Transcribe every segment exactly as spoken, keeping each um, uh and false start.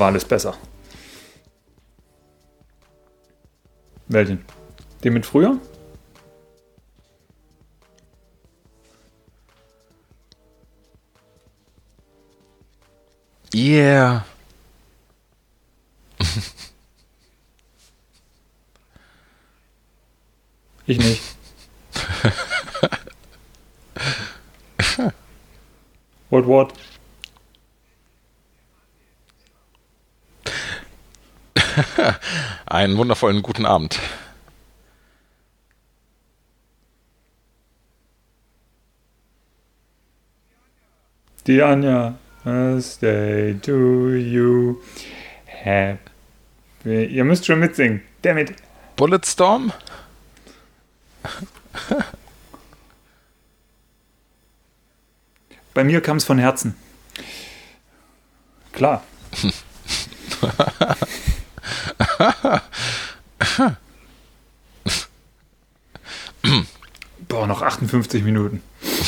war alles besser. Welchen? Den mit früher? Yeah. Ich nicht. What, what? Einen wundervollen guten Abend. Die Anja, birthday to you. Happy. Ihr müsst schon mitsingen. Dammit. Bulletstorm? Bei mir kam es von Herzen. Klar. Boah, noch achtundfünfzig Minuten.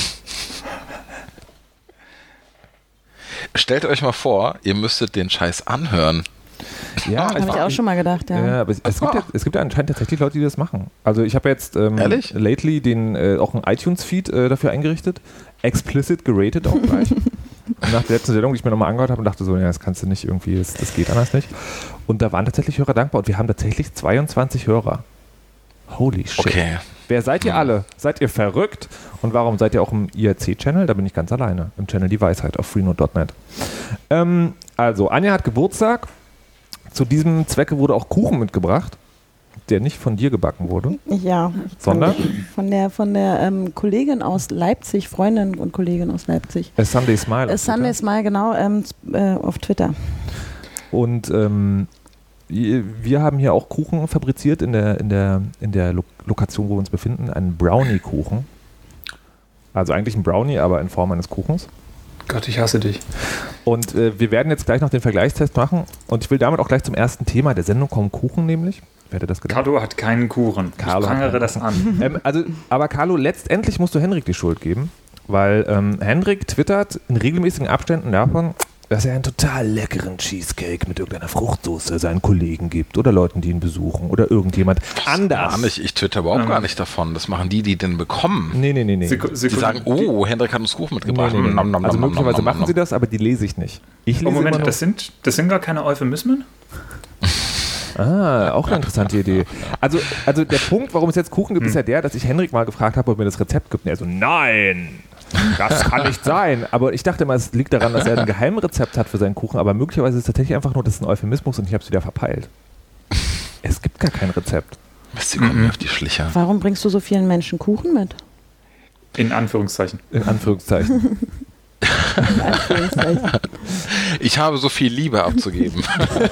Stellt euch mal vor, ihr müsstet den Scheiß anhören. Ja, habe ich auch schon mal gedacht, ja. Ja, aber es, es, gibt ja, es gibt ja anscheinend tatsächlich Leute, die das machen. Also ich habe jetzt ähm, Ehrlich? lately den, äh, auch einen iTunes-Feed äh, dafür eingerichtet. Explicit geratet auch gleich. Nach der letzten Sendung, die ich mir nochmal angehört habe und dachte so, ja, das kannst du nicht irgendwie, das, das geht anders nicht. Und da waren tatsächlich Hörer dankbar und wir haben tatsächlich zweiundzwanzig Hörer. Holy shit. Okay. Wer seid ihr alle? Seid ihr verrückt? Und warum seid ihr auch im I R C-Channel? Da bin ich ganz alleine. Im Channel Die Weisheit auf freenode punkt net. Ähm, also, Anja hat Geburtstag. Zu diesem Zwecke wurde auch Kuchen mitgebracht, der nicht von dir gebacken wurde. Ja. Sondern? Von der, von der ähm, Kollegin aus Leipzig, Freundin und Kollegin aus Leipzig. A Sunday Smile. A Sunday Smile, genau, ähm, äh, auf Twitter. Und ähm, wir haben hier auch Kuchen fabriziert in der, in der, in der Lo- Lokation, wo wir uns befinden. Einen Brownie-Kuchen. Also eigentlich ein Brownie, aber in Form eines Kuchens. Gott, ich hasse dich. Und äh, wir werden jetzt gleich noch den Vergleichstest machen. Und ich will damit auch gleich zum ersten Thema der Sendung kommen. Kuchen nämlich. Wer hätte das gedacht? Carlo hat keinen Kuchen. Carlo ich hat prangere keinen das an. ähm, also, aber Carlo, letztendlich musst du Henrik die Schuld geben. Weil ähm, Henrik twittert in regelmäßigen Abständen davon, dass er einen total leckeren Cheesecake mit irgendeiner Fruchtsoße seinen Kollegen gibt oder Leuten, die ihn besuchen oder irgendjemand anders. Gar nicht. Ich twitter überhaupt Ähm. gar nicht davon. Das machen die, die den bekommen. Nee, nee, nee, nee. Seku- Die Sekunde. sagen, oh, Hendrik hat uns Kuchen Nee, mitgebracht. nee, nee. Nom, nom, Also nom, möglicherweise nom, nom, machen nom. sie das, aber die lese ich nicht. Ich lese Oh, Moment, immer nur, das sind, das sind gar keine Euphemismen? Ah, auch eine interessante Idee. Also, also der Punkt, warum es jetzt Kuchen gibt, ist ja der, dass ich Henrik mal gefragt habe, ob er mir das Rezept gibt. Und er so, nein, das kann nicht sein. Aber ich dachte immer, es liegt daran, dass er ein Geheimrezept hat für seinen Kuchen. Aber möglicherweise ist es tatsächlich einfach nur, das ist ein Euphemismus und ich habe es wieder verpeilt. Es gibt gar kein Rezept. Sie kommen mir auf die Schliche. Warum bringst du so vielen Menschen Kuchen mit? In Anführungszeichen. In Anführungszeichen. In Anführungszeichen. Ich habe so viel Liebe abzugeben.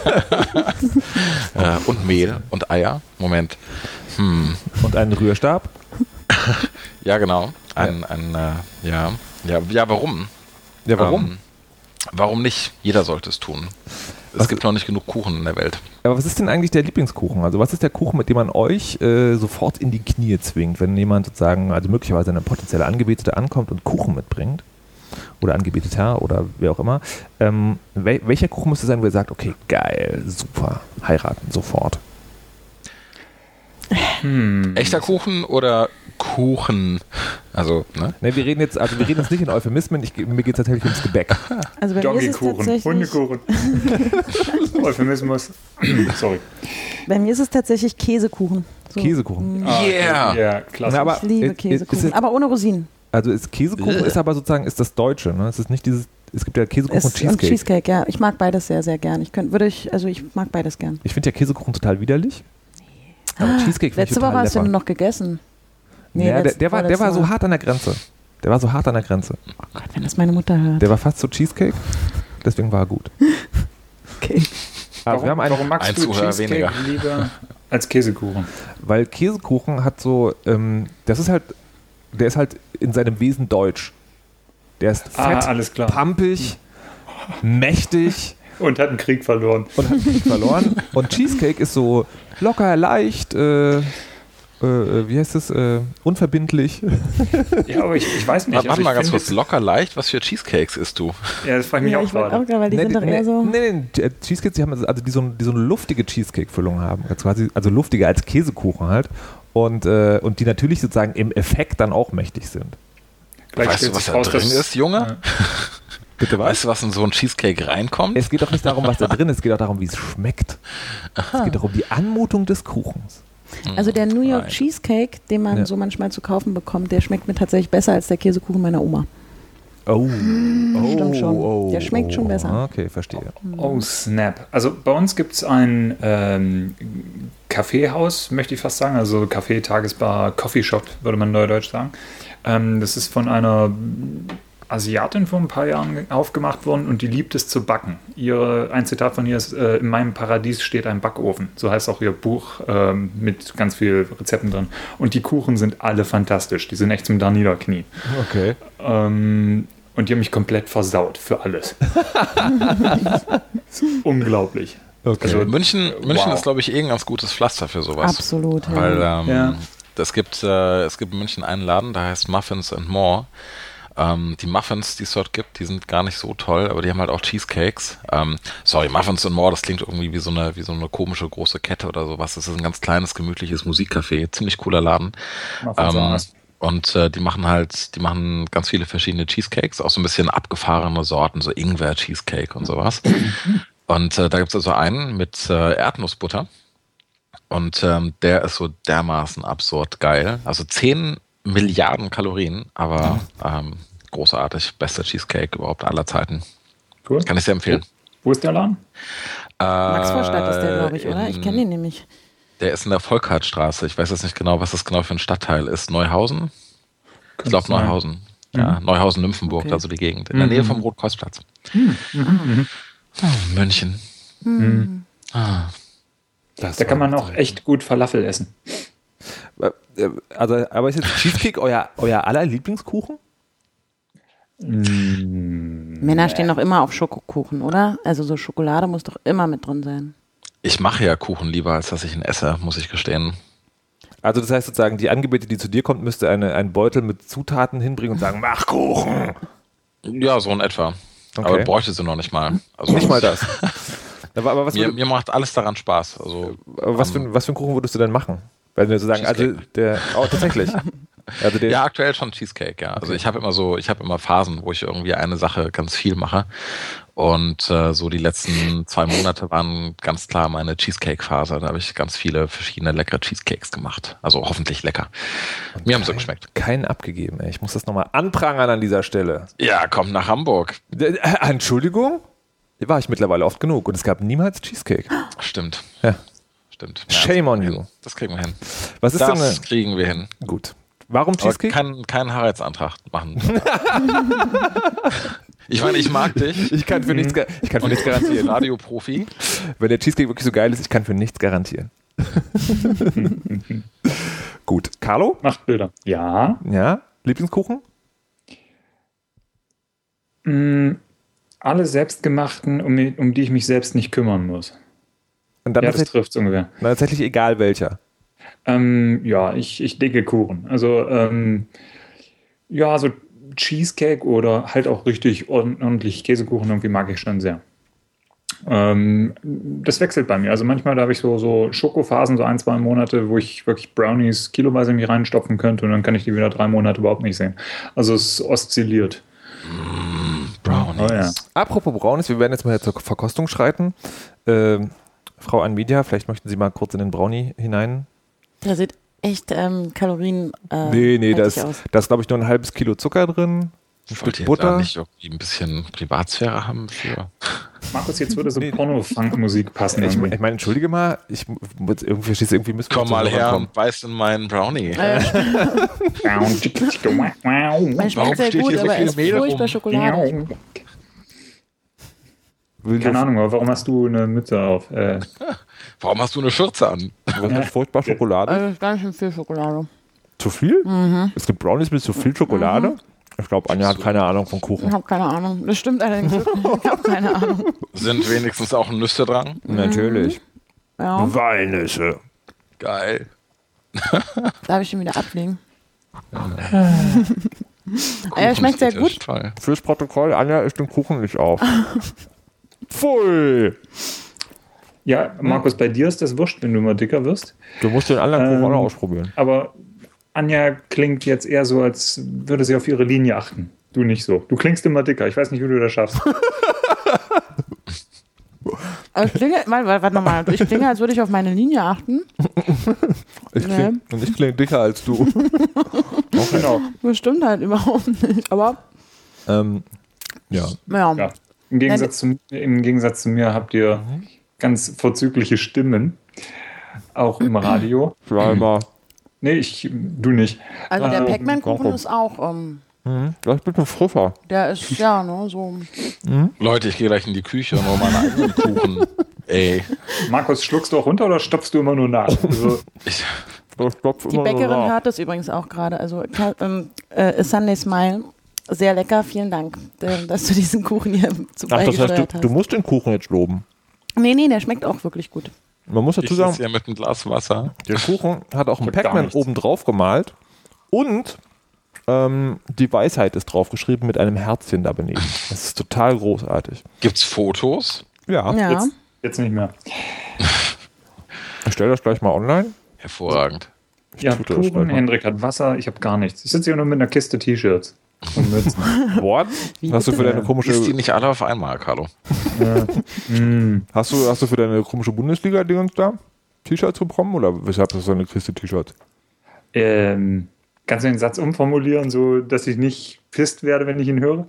äh, und Mehl und Eier. Moment. Hm. Und einen Rührstab. Ja, genau. Ein, ein, äh, ja. ja. Ja, warum? Ja, warum? Ähm, warum nicht? Jeder sollte es tun. Es Was- gibt noch nicht genug Kuchen in der Welt. Aber was ist denn eigentlich der Lieblingskuchen? Also was ist der Kuchen, mit dem man euch äh, sofort in die Knie zwingt, wenn jemand sozusagen, also möglicherweise eine potenzielle Angebetete ankommt und Kuchen mitbringt? Oder Angebeteter oder wer auch immer. Ähm, wel- welcher Kuchen müsste sein, wo ihr sagt, okay, geil, super, heiraten, sofort? Hm. Echter Kuchen oder Kuchen? Also, ne? Ne, wir reden jetzt, also wir reden jetzt nicht in Euphemismen, ich, mir geht es tatsächlich ums Gebäck. Also bei mir ist es Doggykuchen, tatsächlich, Hundekuchen. Euphemismus. Sorry. bei mir ist es tatsächlich Käsekuchen. So. Käsekuchen. Ah, Yeah. Ja, klasse. Na, aber Ich liebe ist- Käsekuchen, ist- aber ohne Rosinen. Also ist Käsekuchen Ugh. ist aber sozusagen ist das Deutsche, ne? Es ist nicht dieses, es gibt ja Käsekuchen Es, und Cheesecake. Und Cheesecake, ja. Ich mag beides sehr, sehr gern. Ich könnte, würde ich, also ich mag beides gern. Ich finde ja Käsekuchen total widerlich. Aber Cheesecake finde ich Letzte total Woche hast du lecker. den noch gegessen. Nee, ja, der, letzt- der, war, der war vorletzte so Mal. hart an der Grenze. Der war so hart an der Grenze. Oh Gott, wenn das meine Mutter hört. Der war fast so Cheesecake, deswegen war er gut. Okay. Aber Warum, wir haben einen, warum magst ein du Zuhörer Cheesecake weniger. lieber als Käsekuchen? weil Käsekuchen hat so, ähm, das ist halt, der ist halt in seinem Wesen deutsch. Der ist fett, Ah, alles klar. pampig, mächtig Und hat einen Krieg verloren. und hat nicht verloren. Und Cheesecake ist so locker, leicht, äh, äh, wie heißt es, äh, unverbindlich. Ja, aber ich, ich weiß nicht. Warte also ich mal ganz finde kurz, locker leicht, was für Cheesecakes isst du? es- Ja, das frage ich mich Ja, auch ich wollte auch gerade. gerade, weil die sind doch eher so. Nee, nee, nee, Cheesecakes, die haben also die so, die so eine luftige Cheesecake-Füllung haben. Also quasi, also luftiger als Käsekuchen halt. Und, äh, und die natürlich sozusagen im Effekt dann auch mächtig sind. Gleich Weißt du, stellt was sich da raus, drin dass- ist, Junge? Ja. Bitte Weißt du, was in so ein Cheesecake reinkommt? Es geht doch nicht darum, was da drin ist, es geht auch darum, wie es schmeckt. Es geht doch um die Anmutung des Kuchens. Also der New York Nein. Cheesecake, den man Ja. so manchmal zu kaufen bekommt, der schmeckt mir tatsächlich besser als der Käsekuchen meiner Oma. Oh, Stimmt schon. oh, Der schmeckt schon besser. Okay, verstehe. Oh, snap. Also bei uns gibt es ein ähm, Kaffeehaus, möchte ich fast sagen. Also Café, Tagesbar, Coffeeshop, würde man neudeutsch sagen. Ähm, das ist von einer Asiatin vor ein paar Jahren ge- aufgemacht worden und die liebt es zu backen. Ihre, ein Zitat von ihr ist, äh, in meinem Paradies steht ein Backofen. So heißt auch ihr Buch ähm, mit ganz viel Rezepten drin. Und die Kuchen sind alle fantastisch. Die sind echt zum Darniederknie. Okay. Ähm, und die haben mich komplett versaut für alles. Das ist unglaublich. Okay. Also, München, München wow. ist, glaube ich, eh ein ganz gutes Pflaster für sowas. Absolut. Ja. Weil ähm, Ja. das gibt, äh, es gibt in München einen Laden, der heißt Muffins and More. Ähm, die Muffins, die es dort gibt, die sind gar nicht so toll, aber die haben halt auch Cheesecakes. Ähm, sorry, Muffins and More, das klingt irgendwie wie so eine, wie so eine komische große Kette oder sowas. Das ist ein ganz kleines, gemütliches Musikcafé. Ziemlich cooler Laden. Muffins Ähm, and More. und äh, die machen halt, die machen ganz viele verschiedene Cheesecakes, auch so ein bisschen abgefahrene Sorten, so Ingwer-Cheesecake und sowas. Und äh, da gibt es also einen mit äh, Erdnussbutter. Und ähm, der ist so dermaßen absurd geil. Also zehn Milliarden Kalorien, aber ähm, großartig. Bester Cheesecake überhaupt aller Zeiten. Cool. Kann ich sehr empfehlen. Wo ist der Laden? Maxvorstadt ist der, glaube ich, oder? in- Ich kenne den nämlich. Der ist in der Volkhartstraße. Ich weiß jetzt nicht genau, was das genau für ein Stadtteil ist. Neuhausen? Ich glaube sein. Neuhausen. Ja, Neuhausen-Nymphenburg, Okay. also die Gegend. In der Nähe vom Rotkreuzplatz. Oh, München. Ah. Das Da kann war man auch toll. echt gut Falafel essen. Äh, Also, aber ist jetzt Cheesecake euer, euer aller Lieblingskuchen? Männer stehen doch immer auf Schokokuchen, oder? Also so Schokolade muss doch immer mit drin sein. Ich mache ja Kuchen lieber, als dass ich ihn esse, muss ich gestehen. Also das heißt sozusagen, die Angebete, die zu dir kommt, müsste eine, einen Beutel mit Zutaten hinbringen und sagen, mach Kuchen. Ja, so in etwa. Okay. Aber bräuchte sie noch nicht mal. Also Nicht mal das. Aber, aber was, Mir, würde, mir macht alles daran Spaß. Also aber was, für, was für einen Kuchen würdest du denn machen? Weil wir so sagen, also der, oh, tatsächlich. Also der, ja, aktuell schon Cheesecake, ja. Also ich habe immer so, ich habe immer Phasen, wo ich irgendwie eine Sache ganz viel mache. Und äh, so die letzten zwei Monate waren ganz klar meine Cheesecake-Phase. Da habe ich ganz viele verschiedene leckere Cheesecakes gemacht. Also hoffentlich lecker. Mir haben sie geschmeckt. keinen abgegeben. Ey. Ich muss das nochmal anprangern an dieser Stelle. Ja, komm nach Hamburg. Äh, Entschuldigung? War ich mittlerweile oft genug und es gab niemals Cheesecake. Stimmt, Ja. stimmt. Shame on das- you. Das kriegen wir hin. Was ist Das denn eine, kriegen wir hin. gut. Warum Aber Cheesecake? keinen keinen Heiratsantrag machen. Ich meine, ich mag dich. Ich kann für nichts, ga- ich kann für nichts garantieren. Radioprofi. Wenn der Cheesecake wirklich so geil ist, ich kann für nichts garantieren. Gut. Carlo? Macht Bilder. Ja. Ja? Lieblingskuchen? Mm, alle selbstgemachten, um, mi- um die ich mich selbst nicht kümmern muss. Und dann Ja, das tatsächlich, trifft es ungefähr. dann tatsächlich egal welcher. Ähm, ja, ich, ich dicke Kuchen. Also, ähm, ja, so Cheesecake oder halt auch richtig ord- ordentlich Käsekuchen irgendwie mag ich schon sehr. Ähm, das wechselt bei mir. Also manchmal da habe ich so, so Schokophasen, so ein, zwei Monate, wo ich wirklich Brownies kiloweise in mich reinstopfen könnte und dann kann ich die wieder drei Monate überhaupt nicht sehen. Also es oszilliert. Brownies. Oh ja. Apropos Brownies, wir werden jetzt mal zur Verkostung schreiten. Ähm, Frau Anmedia, vielleicht möchten Sie mal kurz in den Brownie hinein. Der sieht echt ähm, Kalorien äh, nee, nee, da haltig ist, aus. da ist glaube ich, nur ein halbes Kilo Zucker drin. Ein Wollt ihr Stück da Butter. nicht irgendwie ein bisschen Privatsphäre haben für. Markus, jetzt würde so Nee. Porno-Funk-Musik passen. Ich, irgendwie. ich meine, entschuldige mal, ich muss irgendwie, verstehst du, irgendwie müssen wir Komm mal zusammen her kommen. und beiß in meinen Brownie. Äh, man schmeckt Warum sehr steht gut, hier so aber viel es ist Mehl furchtbar rum? Schokolade. Will Keine das- Ahnung, aber warum hast du eine Mütze auf? Äh, Warum hast du eine Schürze an? Was ist furchtbar Schokolade? Also, das ist ganz schön viel Schokolade. Zu viel? Es gibt Brownies mit zu viel Schokolade? Ich glaube, Anja hat keine Ahnung von Ich Kuchen. habe keine Ahnung. Das stimmt allerdings wirklich. Ich habe keine Ahnung. Sind wenigstens auch Nüsse dran? Natürlich. Ja. Walnüsse. Geil. Darf ich ihn wieder ablegen? Er schmeckt sehr gut. Toll. Fürs Protokoll, Anja isst den Kuchen nicht auf. Pfui! Ja, Markus, bei dir ist das wurscht, wenn du immer dicker wirst. Du musst den anderen Kuchen Ähm, auch noch ausprobieren. Aber Anja klingt jetzt eher so, als würde sie auf ihre Linie achten. Du nicht so. Du klingst immer dicker. Ich weiß nicht, wie du das schaffst. Also ich klinge, warte nochmal, ich klinge, als würde ich auf meine Linie achten. Ich Nee. kling, und ich klinge dicker als du. Genau. Das stimmt halt überhaupt nicht. Aber, ähm, ja. ja. Ja. Im, Gegensatz zu, Im Gegensatz zu mir habt ihr ganz vorzügliche Stimmen. Auch im Radio. Schleimer. Nee, ich, du nicht. Also der Ähm, Pac-Man-Kuchen warum? ist auch, ähm, Mhm. Das ist ein bisschen frischer. der ist, ja, ne, so. Leute, ich gehe gleich in die Küche und hole meine eigenen Kuchen. Ey. Markus, schluckst du auch runter oder stopfst du immer nur nach? Also, Ich, Das stopft Die immer so Bäckerin nach. hört das übrigens auch gerade. Also ähm, äh, Sunday Smile, sehr lecker. Vielen Dank, äh, dass du diesen Kuchen hier zu Ach, das heißt, beigesteuert du, hast. du musst den Kuchen jetzt loben. Nee, nee, der schmeckt auch wirklich gut. Man muss ich dazu sitze sagen, hier mit einem Glas Wasser. der Kuchen hat auch ein Gar Pac-Man nichts. oben drauf gemalt und ähm, die Weisheit ist draufgeschrieben mit einem Herzchen da beneben. Das ist total großartig. Gibt's Fotos? Ja, Ja. jetzt, jetzt nicht mehr. ich stelle das gleich mal online. Hervorragend. Ihr habt tue das Kuchen, gleich mal. Hendrik hat Wasser, ich habe gar nichts. Ich sitze hier nur mit einer Kiste T-Shirts und Mützen. What? Wie Hast du für bitte? deine komische, Ist die nicht alle auf einmal, Carlo? mm. hast du, hast du für deine komische Bundesliga-Dingens da T-Shirts bekommen oder weshalb hast du so eine Kiste T-Shirts? ähm, kannst du den Satz umformulieren, so dass ich nicht pisst werde, wenn ich ihn höre?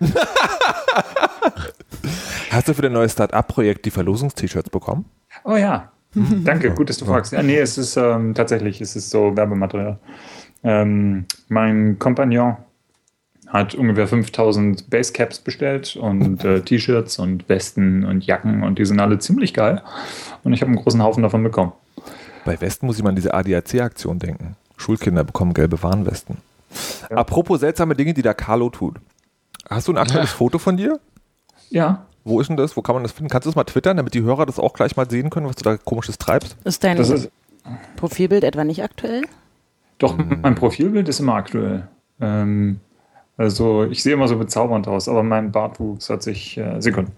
Hast du für dein neues Start-up-Projekt die Verlosungs-T-Shirts bekommen? Oh ja. Danke, gut, dass du fragst. Ja, nee, es ist ähm, tatsächlich, es ist so Werbematerial. Ähm, mein Kompagnon hat ungefähr fünftausend Basecaps bestellt und äh, T-Shirts und Westen und Jacken und die sind alle ziemlich geil. Und ich habe einen großen Haufen davon bekommen. Bei Westen muss ich mal an diese A D A C-Aktion denken. Schulkinder bekommen gelbe Warnwesten. Ja. Apropos seltsame Dinge, die der Carlo tut. Hast du ein aktuelles Ja. Foto von dir? Ja, Wo ist denn das? Wo kann man das finden? Kannst du das mal twittern, damit die Hörer das auch gleich mal sehen können, was du da komisches treibst? Ist dein das ist Profilbild etwa nicht aktuell? doch, mein Profilbild ist immer aktuell. Ähm, also ich sehe immer so bezaubernd aus, aber mein Bartwuchs hat sich, äh, Sekunden.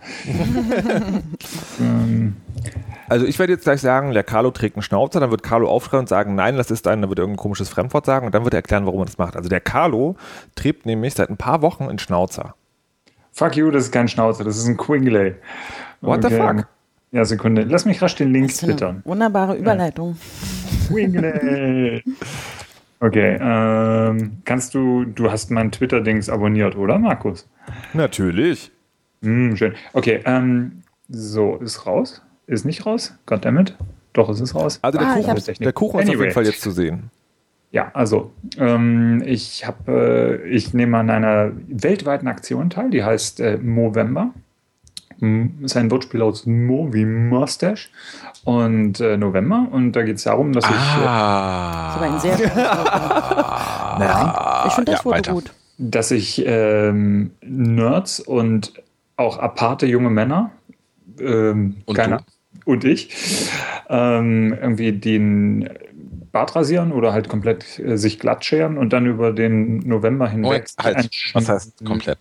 ähm, Also ich werde jetzt gleich sagen, der Carlo trägt einen Schnauzer, dann wird Carlo aufschreien und sagen, nein, das ist ein, dann wird er irgendein komisches Fremdwort sagen und dann wird er erklären, warum er das macht. Also der Carlo trägt nämlich seit ein paar Wochen einen Schnauzer. Fuck you, das ist kein Schnauzer, das ist ein Quingley. What the fuck? Ja, Sekunde. Lass mich rasch den Link Das ist eine twittern. wunderbare Überleitung. Quingley. Okay, ähm, kannst du, du hast mein Twitter-Dings abonniert, oder, Markus? Natürlich. Hm, schön. Okay, ähm, so, ist raus? Ist nicht raus? Goddammit. Doch, es ist raus. Also der Ah, ich Kuchen, hab's. der Kuchen ist auf Anyway. jeden Fall jetzt zu sehen. Ja, also, ähm, ich habe, äh, ich nehme an einer weltweiten Aktion teil, die heißt äh, Movember. M- Ist ein Wortspiel aus Mo wie Mustache und äh, November. Und da geht es darum, dass ich. Äh, Das ist aber ein sehr schönes Foto. Nein. Ich finde das ja, Foto weiter. gut. dass ich ähm, Nerds und auch aparte junge Männer ähm, Und keine, und ich ähm, irgendwie den Bart rasieren oder halt komplett äh, sich glatt scheren und dann über den November hinweg. Moment, halt. ein- Was heißt komplett?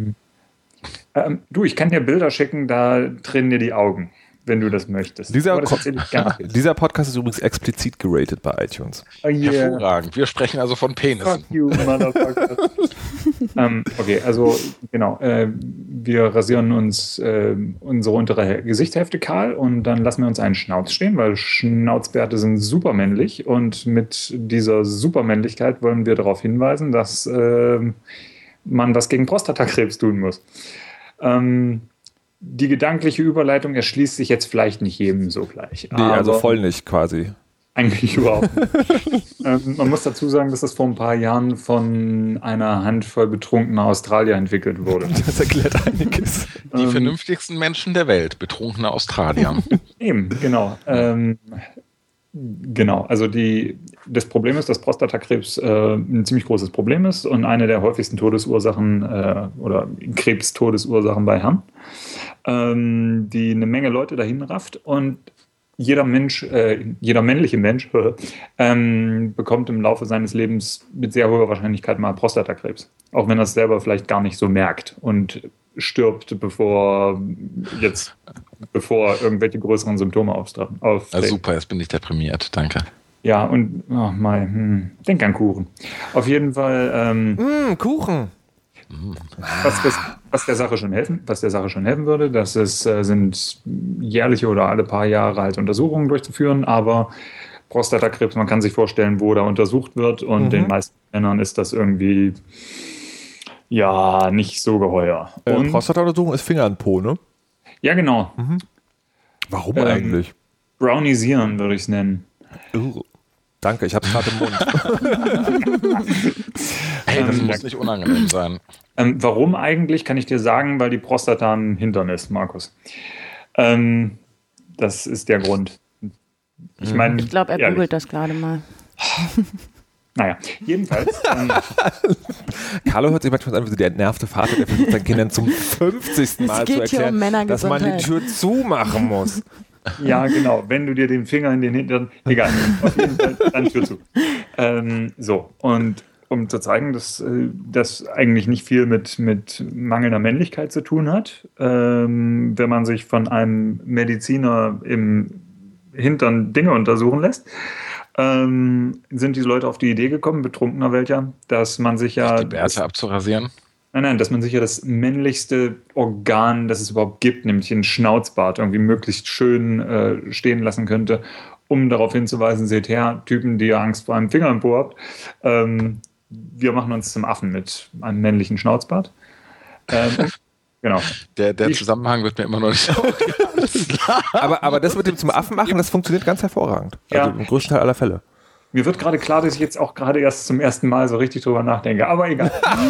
Ähm, du, ich kann dir Bilder schicken, da tränen dir die Augen, wenn du das möchtest. Dieser, Aber das Ko- erzähl ich gerne. dieser Podcast ist übrigens explizit geratet bei iTunes. Oh yeah. Hervorragend. Wir sprechen also von Penissen. Fuck you, motherfucker. ähm, okay, also genau. Äh, wir rasieren uns äh, unsere untere Gesichtshälfte kahl und dann lassen wir uns einen Schnauz stehen, weil Schnauzbärte sind supermännlich und mit dieser Supermännlichkeit wollen wir darauf hinweisen, dass äh, man was gegen Prostatakrebs tun muss. Ähm, die gedankliche Überleitung erschließt sich jetzt vielleicht nicht jedem so gleich. Nee, also aber- voll nicht quasi. eigentlich überhaupt nicht. ähm, man muss dazu sagen, dass das vor ein paar Jahren von einer Handvoll betrunkener Australier entwickelt wurde. Das erklärt einiges. Die Ähm, vernünftigsten Menschen der Welt, betrunkene Australier. Eben, genau. Ähm, genau, also die, das Problem ist, dass Prostatakrebs äh, ein ziemlich großes Problem ist und eine der häufigsten Todesursachen äh, oder Krebstodesursachen bei Herren, ähm, die eine Menge Leute dahin rafft und jeder Mensch, äh, jeder männliche Mensch ähm, bekommt im Laufe seines Lebens mit sehr hoher Wahrscheinlichkeit mal Prostatakrebs. Auch wenn er es selber vielleicht gar nicht so merkt und stirbt, bevor jetzt, bevor irgendwelche größeren Symptome auftreten. Ja, super, jetzt bin ich deprimiert, danke. Ja, und oh mal, hm, denk an Kuchen. Auf jeden Fall. Ähm, mm, Kuchen. Was, was, was der Sache schon helfen, was der Sache schon helfen würde, das ist, äh, sind jährliche oder alle paar Jahre halt Untersuchungen durchzuführen, aber Prostatakrebs, man kann sich vorstellen, wo da untersucht wird und mhm. den meisten Männern ist das irgendwie ja nicht so geheuer. Äh, Prostata-Untersuchung ist Finger an Po, ne? Ja, genau. Mhm. Warum ähm, eigentlich? Brownisieren würde ich es nennen. Uh. Danke, ich habe es gerade im Mund. Hey, das ähm, muss nicht unangenehm sein. Ähm, warum eigentlich, kann ich dir sagen, weil die Prostata am Hintern ist, Markus. Ähm, das ist der Grund. Ich meine, ich glaube, er ehrlich. googelt das gerade mal. Naja, jedenfalls. Ähm, Carlo hört sich manchmal an wie so der entnervte Vater, der versucht seinen Kindern zum fünfzigsten Mal zu erklären, um dass man die Tür zumachen muss. Ja, genau. Wenn du dir den Finger in den Hintern... Egal, auf jeden Fall dann Tür zu. Ähm, so, und um zu zeigen, dass das eigentlich nicht viel mit, mit mangelnder Männlichkeit zu tun hat, ähm, wenn man sich von einem Mediziner im Hintern Dinge untersuchen lässt, ähm, sind diese Leute auf die Idee gekommen, betrunkener welcher, dass man sich ja... Die Bärte abzurasieren? Nein, nein, dass man sich ja das männlichste Organ, das es überhaupt gibt, nämlich den Schnauzbart, irgendwie möglichst schön äh, stehen lassen könnte, um darauf hinzuweisen, seht her, Typen, die ihr Angst vor einem Finger im Po habt, ähm, wir machen uns zum Affen mit einem männlichen Schnauzbart. Ähm, genau. Der, der Zusammenhang wird mir immer noch nicht ganz klar. Aber, aber das mit dem zum Affen machen, das funktioniert ganz hervorragend. Also ja. Im größten Teil aller Fälle. Mir wird gerade klar, dass ich jetzt auch gerade erst zum ersten Mal so richtig drüber nachdenke. Aber egal.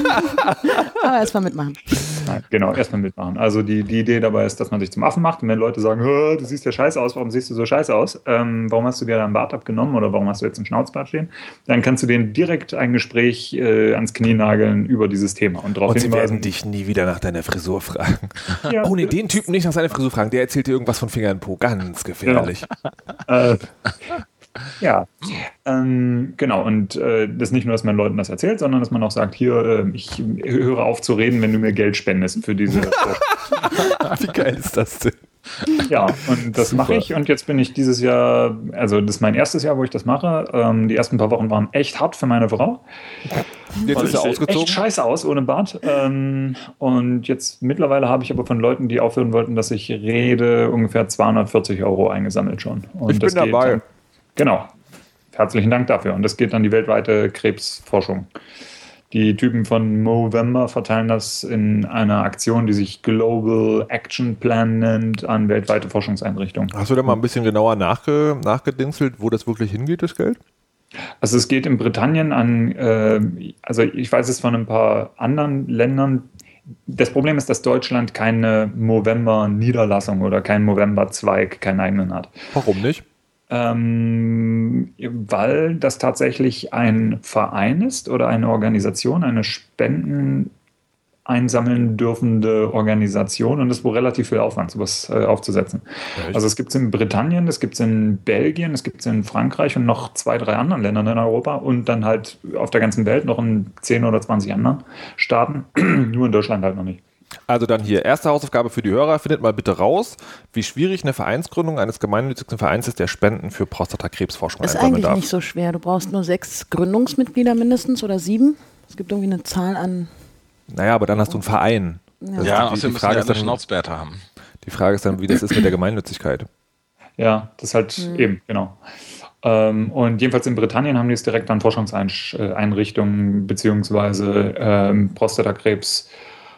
Aber erstmal mitmachen. Nein, genau, erstmal mitmachen. Also die, die Idee dabei ist, dass man sich zum Affen macht. Und wenn Leute sagen, du siehst ja scheiße aus, warum siehst du so scheiße aus? Ähm, warum hast du dir deinen Bart abgenommen oder warum hast du jetzt einen Schnauzbart stehen? Dann kannst du denen direkt ein Gespräch äh, ans Knie nageln über dieses Thema. Und, darauf und sie hinweisen, werden dich nie wieder nach deiner Frisur fragen. Ja. Oh nee, den Typen nicht nach seiner Frisur fragen. Der erzählt dir irgendwas von Finger in Po. Ganz gefährlich. Genau. äh, Ja, ähm, genau. Und äh, das nicht nur, dass man Leuten das erzählt, sondern dass man auch sagt, hier, äh, ich höre auf zu reden, wenn du mir Geld spendest für diese... Wie geil ist das denn? Ja, und das mache ich. Und jetzt bin ich dieses Jahr, also das ist mein erstes Jahr, wo ich das mache. Ähm, die ersten paar Wochen waren echt hart für meine Frau. Jetzt ist er ausgezogen. Echt scheiße aus, ohne Bart. Ähm, und jetzt mittlerweile habe ich aber von Leuten, die aufhören wollten, dass ich rede, ungefähr zweihundertvierzig Euro eingesammelt schon. Und ich bin das dabei. Dann, genau. Herzlichen Dank dafür. Und das geht an die weltweite Krebsforschung. Die Typen von Movember verteilen das in einer Aktion, die sich Global Action Plan nennt, an weltweite Forschungseinrichtungen. Hast du da mal ein bisschen genauer nachge nachgedingselt, wo das wirklich hingeht, das Geld? Also es geht in Britannien an, äh, also ich weiß es von ein paar anderen Ländern. Das Problem ist, dass Deutschland keine Movember-Niederlassung oder keinen Movember-Zweig, keinen eigenen hat. Warum nicht? Ähm, weil das tatsächlich ein Verein ist oder eine Organisation, eine Spenden einsammeln dürfende Organisation und es ist wohl relativ viel Aufwand, sowas äh, aufzusetzen. Echt? Also es gibt es in Britannien, es gibt es in Belgien, es gibt es in Frankreich und noch zwei, drei anderen Ländern in Europa und dann halt auf der ganzen Welt noch in zehn oder zwanzig anderen Staaten, nur in Deutschland halt noch nicht. Also dann hier, erste Hausaufgabe für die Hörer, findet mal bitte raus, wie schwierig eine Vereinsgründung eines gemeinnützigen Vereins ist, der Spenden für Prostatakrebsforschung einsammeln darf. Ist eigentlich nicht so schwer, du brauchst nur sechs Gründungsmitglieder mindestens oder sieben. Es gibt irgendwie eine Zahl an... Naja, aber dann hast du einen Verein. Ja, ja, außerdem müssen wir eine Schnauzbärte haben. Die Frage ist dann, wie das ist mit der Gemeinnützigkeit. Ja, das ist halt mhm. eben, genau. Ähm, und jedenfalls in Britannien haben die es direkt an Forschungseinrichtungen beziehungsweise ähm, Prostatakrebs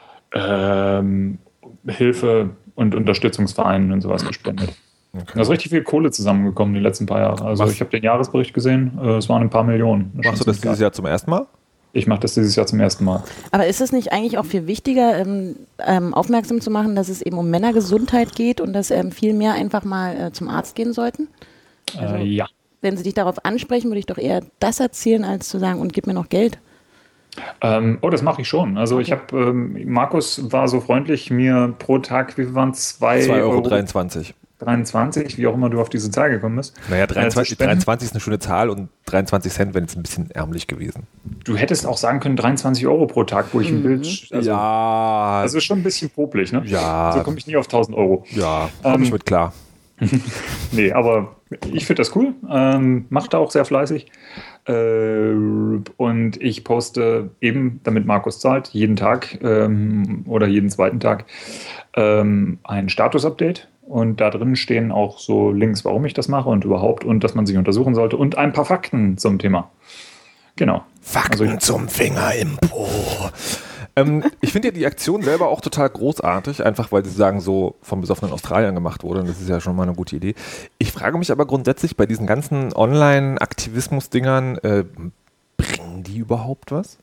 ähm, Hilfe- und Unterstützungsvereinen und sowas gespendet. Okay. Da ist richtig viel Kohle zusammengekommen die letzten paar Jahre. Also Was? Ich habe den Jahresbericht gesehen, äh, es waren ein paar Millionen. Das Machst du das dieses Jahr zum ersten Mal? Ich mache das dieses Jahr zum ersten Mal. Aber ist es nicht eigentlich auch viel wichtiger, ähm, ähm, aufmerksam zu machen, dass es eben um Männergesundheit geht und dass ähm, viel mehr einfach mal äh, zum Arzt gehen sollten? Also, äh, ja. Wenn sie dich darauf ansprechen, würde ich doch eher das erzählen, als zu sagen, und gib mir noch Geld. Ähm, oh, das mache ich schon. Also okay. ich habe, ähm, Markus war so freundlich, mir pro Tag, wie viel waren es? zwei zwei Euro dreiundzwanzig. dreiundzwanzig, wie auch immer du auf diese Zahl gekommen bist. Naja, äh, zu dreiundzwanzig, spenden. dreiundzwanzig ist eine schöne Zahl und dreiundzwanzig Cent wäre jetzt ein bisschen ärmlich gewesen. Du hättest auch sagen können dreiundzwanzig Euro pro Tag, wo ich ein Bild... Also, ja, also schon ein bisschen popelig, ne? Ja. So komme ich nie auf tausend Euro. ja, komme Ähm, ich mit klar. Nee, aber ich finde das cool. Ähm, macht da auch sehr fleißig. Äh, und ich poste eben, damit Markus zahlt, jeden Tag ähm, oder jeden zweiten Tag ähm, ein Status-Update. Und da drin stehen auch so Links, warum ich das mache und überhaupt und dass man sich untersuchen sollte und ein paar Fakten zum Thema. Genau. Fakten Also ich- zum Finger im Po. ähm, ich finde ja die Aktion selber auch total großartig, einfach weil sie sagen, so vom besoffenen Australiern gemacht wurde. Und das ist ja schon mal eine gute Idee. Ich frage mich aber grundsätzlich bei diesen ganzen Online-Aktivismus-Dingern, äh, bringen die überhaupt was?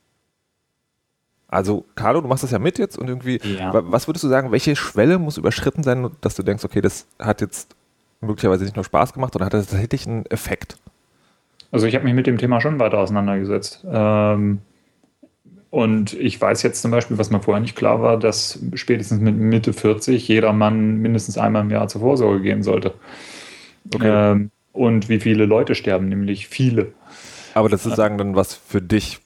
Also, Carlo, du machst das ja mit jetzt und irgendwie, Ja. wa- was würdest du sagen, welche Schwelle muss überschritten sein, dass du denkst, okay, das hat jetzt möglicherweise nicht nur Spaß gemacht, oder hat das tatsächlich einen Effekt? Also ich habe mich mit dem Thema schon weiter auseinandergesetzt. Ähm, und ich weiß jetzt zum Beispiel, was mir vorher nicht klar war, dass spätestens mit Mitte vierzig jeder Mann mindestens einmal im Jahr zur Vorsorge gehen sollte. Okay. Ähm, und wie viele Leute sterben, nämlich viele. Aber das ist sagen dann was für dich.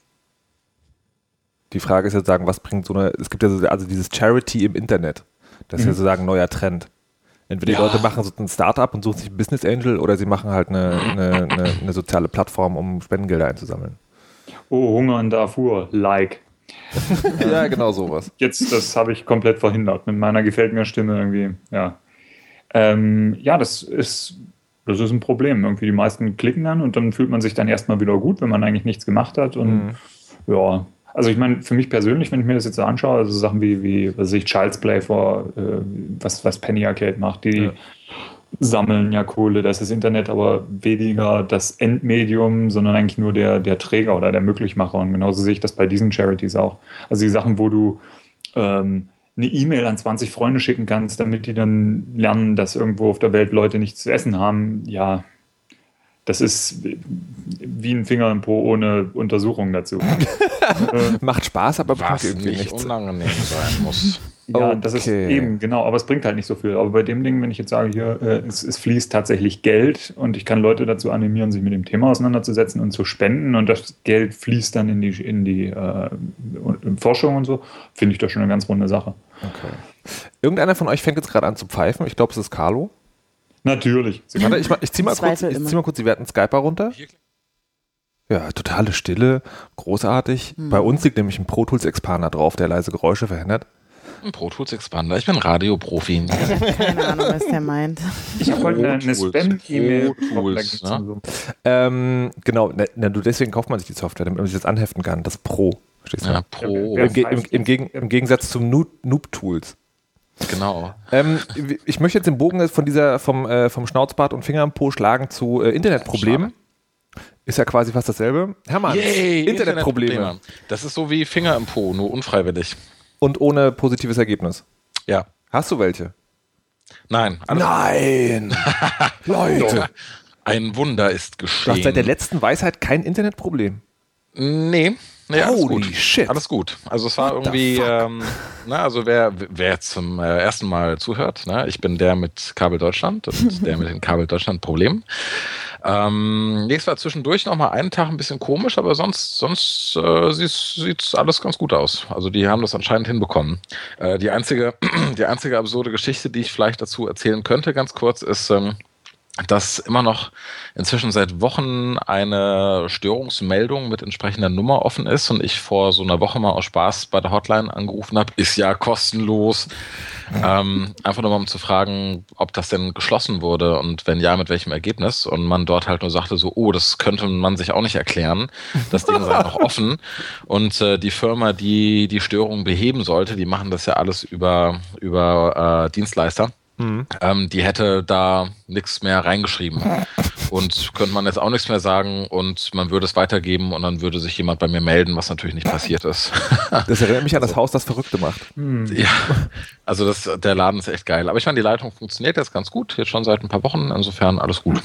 Die Frage ist jetzt sagen, was bringt so eine, es gibt ja so, also dieses Charity im Internet. Das ist ja Mhm. sozusagen ein neuer Trend. Entweder die Ja. Leute machen so ein Startup und suchen sich einen Business Angel oder sie machen halt eine, eine, eine, eine soziale Plattform, um Spendengelder einzusammeln. Oh, Hunger in Darfur, like. Ja, genau sowas. Jetzt, das habe ich komplett verhindert mit meiner gefällt mir Stimme irgendwie. Ja, ähm, ja, das ist, das ist ein Problem. Irgendwie die meisten klicken dann und dann fühlt man sich dann erstmal wieder gut, wenn man eigentlich nichts gemacht hat. Und Mhm. ja, also ich meine, für mich persönlich, wenn ich mir das jetzt so anschaue, also Sachen wie, wie was weiß ich, Child's Play vor, äh, was, was Penny Arcade macht, die Ja. sammeln ja Kohle, das ist das Internet, aber weniger das Endmedium, sondern eigentlich nur der, der Träger oder der Möglichmacher. Und genauso sehe ich das bei diesen Charities auch. Also die Sachen, wo du ähm, eine E-Mail an zwanzig Freunde schicken kannst, damit die dann lernen, dass irgendwo auf der Welt Leute nichts zu essen haben, ja, das ist wie ein Finger im Po ohne Untersuchung dazu. äh, Macht Spaß, aber bringt Was irgendwie nicht nichts. unangenehm sein muss. Ja, das ist Okay. eben, genau, aber es bringt halt nicht so viel. Aber bei dem Ding, wenn ich jetzt sage, hier, äh, es, es fließt tatsächlich Geld und ich kann Leute dazu animieren, sich mit dem Thema auseinanderzusetzen und zu spenden und das Geld fließt dann in die, in die äh, in Forschung und so, finde ich das schon eine ganz runde Sache. Okay. Irgendeiner von euch fängt jetzt gerade an zu pfeifen. Ich glaube, es ist Carlo. Natürlich. Warte, ich, ich zieh mal Im kurz, Zweifel ich immer. zieh mal kurz die werten Skyper runter. Ja, totale Stille, großartig. Bei uns liegt nämlich ein Pro Tools Expander drauf, der leise Geräusche verhindert. Ein Pro Tools Expander. Ich bin Radioprofi. Ich habe keine Ahnung, was der meint. Ich habe heute eine, eine Pro Tools. Spam-E-Mail Pro bekommen, da Tools, ging's ne? um so- Ähm, genau, ne, ne, du, deswegen kauft man sich die Software, damit man sich das anheften kann. Das Pro. Verstehst du? Ja, Pro. Ja, Im, Ge im, im, Gegen im Gegensatz zum Noob, Noob Tools. Genau. Ähm, ich möchte jetzt den Bogen von dieser, vom, äh, vom Schnauzbart und Finger im Po schlagen zu äh, Internetproblemen. Ist ja quasi fast dasselbe. Hermann, Yay, Internetprobleme. Das ist so wie Finger im Po, nur unfreiwillig. Und ohne positives Ergebnis. Ja. Hast du welche? Nein. alles- Nein! Leute! Ein Wunder ist Du geschehen. hast seit der letzten Weisheit kein Internetproblem. Nee. Nee, alles Holy gut. shit. Alles gut. Also es war What the irgendwie, fuck? ähm, na, also wer, wer jetzt zum äh, ersten Mal zuhört, ne, ich bin der mit Kabel Deutschland und der mit den Kabel Deutschland Problemen. Ähm, nee, es war zwischendurch noch mal einen Tag ein bisschen komisch, aber sonst, sonst äh, sieht's, sieht's alles ganz gut aus. Also die haben das anscheinend hinbekommen. Äh, die einzige, die einzige absurde Geschichte, die ich vielleicht dazu erzählen könnte, ganz kurz, ist, ähm, dass immer noch inzwischen seit Wochen eine Störungsmeldung mit entsprechender Nummer offen ist und ich vor so einer Woche mal aus Spaß bei der Hotline angerufen habe, ist ja kostenlos, ähm, einfach nur mal um zu fragen, ob das denn geschlossen wurde und wenn ja, mit welchem Ergebnis, und man dort halt nur sagte so, oh, das könnte man sich auch nicht erklären, das Ding sei noch offen und äh, die Firma, die die Störung beheben sollte, die machen das ja alles über, über äh, Dienstleister. Ähm, die hätte da nichts mehr reingeschrieben. Und könnte man jetzt auch nichts mehr sagen und man würde es weitergeben und dann würde sich jemand bei mir melden, was natürlich nicht passiert ist. Das erinnert mich an das Haus, das Verrückte macht. Ja, also das, der Laden ist echt geil. Aber ich meine, die Leitung funktioniert jetzt ganz gut, jetzt schon seit ein paar Wochen, insofern alles gut.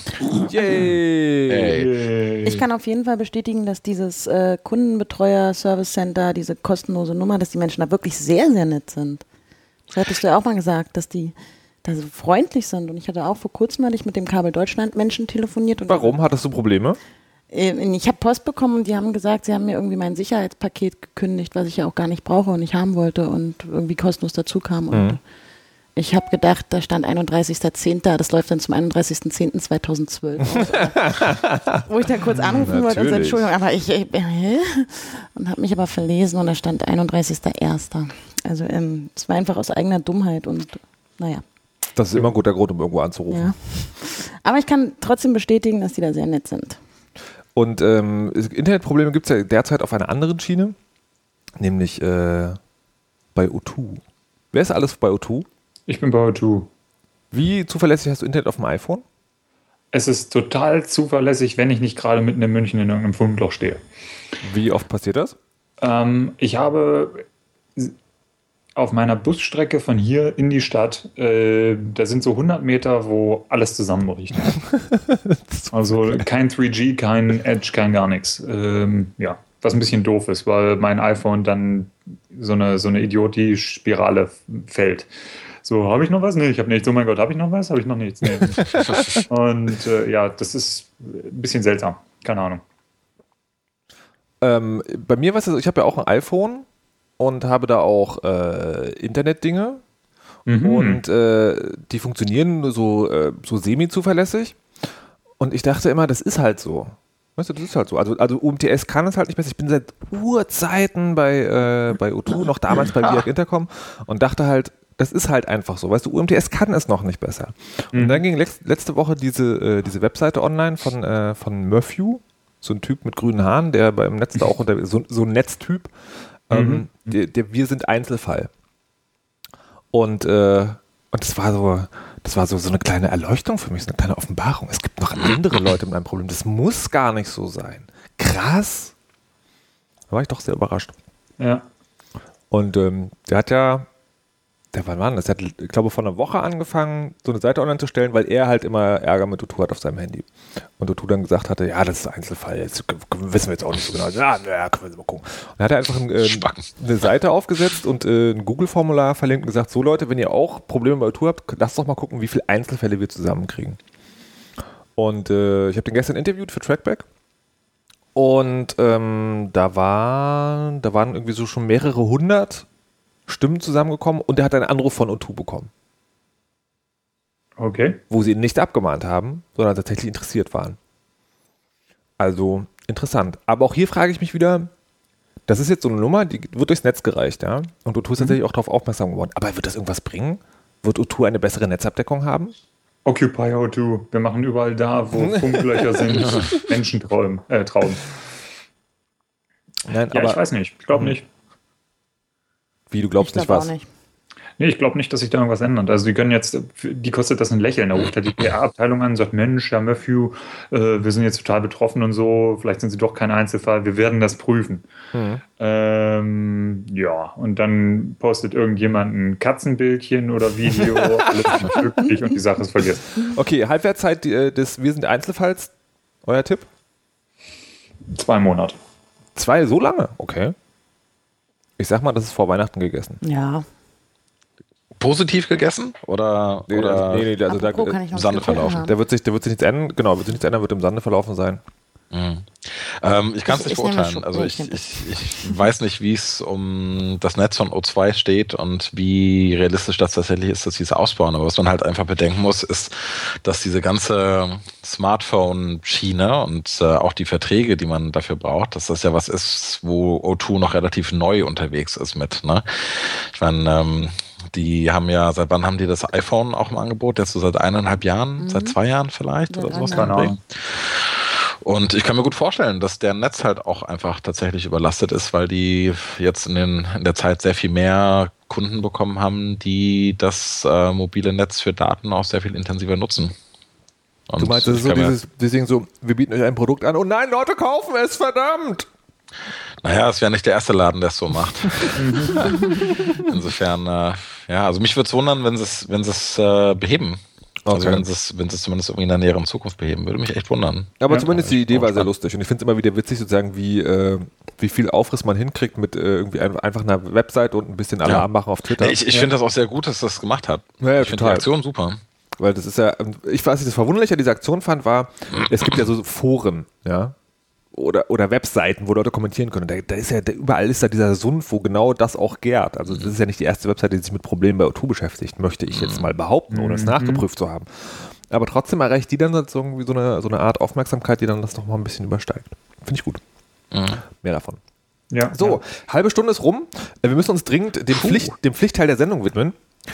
Yay! Hey. Ich kann auf jeden Fall bestätigen, dass dieses äh, Kundenbetreuer-Service Center, diese kostenlose Nummer, dass die Menschen da wirklich sehr, sehr nett sind. Das hattest du ja auch mal gesagt, dass die da so freundlich sind. Und ich hatte auch vor kurzem mal mit dem Kabel Deutschland Menschen telefoniert. Und Warum? Hattest du Probleme? Ich habe Post bekommen und die haben gesagt, sie haben mir irgendwie mein Sicherheitspaket gekündigt, was ich ja auch gar nicht brauche und nicht haben wollte und irgendwie kostenlos dazu kam. Und mhm. ich habe gedacht, da stand einunddreißigster zehnter Das läuft dann zum einunddreißigster zehnter zweitausendzwölf Wo ich dann kurz anrufen wollte und so, Entschuldigung, aber ich, ich äh, und habe mich aber verlesen und da stand einunddreißigster erster Also ähm, es war einfach aus eigener Dummheit und naja. Das ist immer ein guter Grund, um irgendwo anzurufen. Ja. Aber ich kann trotzdem bestätigen, dass die da sehr nett sind. Und ähm, Internetprobleme gibt es ja derzeit auf einer anderen Schiene, nämlich äh, bei O zwei. Wer ist alles bei O zwei? Ich bin bei O zwei. Wie zuverlässig hast du Internet auf dem iPhone? Es ist total zuverlässig, wenn ich nicht gerade mitten in München in irgendeinem Funkloch stehe. Wie oft passiert das? Ähm, ich habe auf meiner Busstrecke von hier in die Stadt, äh, da sind so hundert Meter, wo alles zusammenbricht. Also kein drei G, kein Edge, kein gar nichts. Ähm, ja, was ein bisschen doof ist, weil mein iPhone dann so eine, so eine Idiotie-Spirale fällt. So, habe ich noch was? Nee, ich habe nichts. Oh mein Gott, habe ich noch was? Habe ich noch nichts? Nee. Und äh, ja, das ist ein bisschen seltsam. Keine Ahnung. Ähm, bei mir war es so, ich habe ja auch ein iPhone und habe da auch äh, Internetdinge mhm. und äh, die funktionieren nur so, äh, so semi-zuverlässig und ich dachte immer, das ist halt so. Weißt du, das ist halt so. Also, also U M T S kann es halt nicht besser. Ich bin seit Urzeiten bei, äh, bei O zwei, noch damals bei Viag Intercom und dachte halt, das ist halt einfach so. Weißt du, U M T S kann es noch nicht besser. Mhm. Und dann ging lex- letzte Woche diese, äh, diese Webseite online von, äh, von Murphy, so ein Typ mit grünen Haaren, der beim Netz da auch unter, so, so ein Netztyp, ähm, mhm. der, der Wir sind Einzelfall. Und, äh, und das war so, das war so, so eine kleine Erleuchtung für mich, so eine kleine Offenbarung. Es gibt noch andere Leute mit einem Problem. Das muss gar nicht so sein. Krass. Da war ich doch sehr überrascht. Ja. Und ähm, der hat ja, der war Mann, das hat, ich glaube, vor einer Woche angefangen, so eine Seite online zu stellen, weil er halt immer Ärger mit O zwei hat auf seinem Handy. Und O zwei dann gesagt hatte, ja, das ist ein Einzelfall, jetzt wissen wir jetzt auch nicht so genau. Ja, na, können wir mal gucken. Und dann hat er einfach ein, äh, eine Seite aufgesetzt und äh, ein Google-Formular verlinkt und gesagt, so Leute, wenn ihr auch Probleme bei O zwei habt, lasst doch mal gucken, wie viele Einzelfälle wir zusammenkriegen. Und äh, ich habe den gestern interviewt für Trackback. Und ähm, da, war, da waren irgendwie so schon mehrere hundert Stimmen zusammengekommen und er hat einen Anruf von O zwei bekommen. Okay. Wo sie ihn nicht abgemahnt haben, sondern tatsächlich interessiert waren. Also interessant. Aber auch hier frage ich mich wieder, das ist jetzt so eine Nummer, die wird durchs Netz gereicht, ja. Und O zwei ist tatsächlich auch darauf aufmerksam geworden. Aber wird das irgendwas bringen? Wird O zwei eine bessere Netzabdeckung haben? Occupy O zwei. Wir machen überall da, wo Funklöcher sind, Menschen träumen, äh, trauen. Nein, ja, aber, ich weiß nicht. Ich glaube nicht. Wie, du glaubst ich nicht was? Auch nicht. Nee, ich glaube nicht, dass sich da irgendwas ändert. Also die können jetzt, die kostet das ein Lächeln. Da ruft halt die P R-Abteilung an und sagt, Mensch, Herr Murphy, äh, wir sind jetzt total betroffen und so, vielleicht sind Sie doch kein Einzelfall, wir werden das prüfen. Mhm. Ähm, ja, und dann postet irgendjemand ein Katzenbildchen oder Video, alles ist glücklich und die Sache ist vergessen. Okay, Halbwertszeit des Wir sind Einzelfalls, euer Tipp? Zwei Monate. Zwei, so lange? Okay. Ich sag mal, das ist vor Weihnachten gegessen. Ja. Positiv gegessen? Oder, nee, oder nee, nee, also da, im Sande verlaufen? Der wird sich, der wird sich nichts ändern, genau, wird sich nichts ändern, wird im Sande verlaufen sein. Mhm. Ähm, ich kann es nicht beurteilen. Also ich, ich, ich weiß nicht, wie es um das Netz von O zwei steht und wie realistisch das tatsächlich ist, dass sie es ausbauen. Aber was man halt einfach bedenken muss, ist, dass diese ganze Smartphone-Schiene und äh, auch die Verträge, die man dafür braucht, dass das ja was ist, wo O zwei noch relativ neu unterwegs ist mit. Ne? Ich meine, ähm, die haben ja, seit wann haben die das iPhone auch im Angebot? Jetzt so seit eineinhalb Jahren, mhm. seit zwei Jahren vielleicht oder sowas. Genau. Und ich kann mir gut vorstellen, dass der Netz halt auch einfach tatsächlich überlastet ist, weil die jetzt in, den, in der Zeit sehr viel mehr Kunden bekommen haben, die das äh, mobile Netz für Daten auch sehr viel intensiver nutzen. Und du meinst, das ist so dieses, deswegen so, wir bieten euch ein Produkt an und nein, Leute kaufen es, verdammt! Naja, es wäre nicht der erste Laden, der es so macht. Insofern, äh, ja, also mich würde es wundern, wenn sie es wenn sie es äh, beheben. Also okay. wenn sie es wenn sie es zumindest irgendwie in der näheren Zukunft beheben, würde mich echt wundern. Aber ja, zumindest die Idee war sehr lustig und ich finde es immer wieder witzig sozusagen, wie, äh, wie viel Aufriss man hinkriegt mit äh, irgendwie ein, einfach einer Webseite und ein bisschen Alarm Ja. machen auf Twitter. Ich, ich ja. finde das auch sehr gut, dass das gemacht hat. Ja, ja, ich finde die total. Aktion super. Weil das ist ja, ich weiß nicht, das Verwunderliche an dieser Aktion fand, war, es gibt ja so Foren, ja, oder, oder Webseiten, wo Leute kommentieren können. Da, da ist ja, da, überall ist da dieser Sumpf, wo genau das auch gärt. Also das ist ja nicht die erste Webseite, die sich mit Problemen bei O zwei beschäftigt, möchte ich jetzt mal behaupten, ohne es nachgeprüft zu haben. Aber trotzdem erreicht die dann so irgendwie so eine, so eine Art Aufmerksamkeit, die dann das nochmal ein bisschen übersteigt. Finde ich gut. Mhm. Mehr davon. Ja, So, ja. halbe Stunde ist rum. Wir müssen uns dringend dem, Pflicht, dem Pflichtteil der Sendung widmen.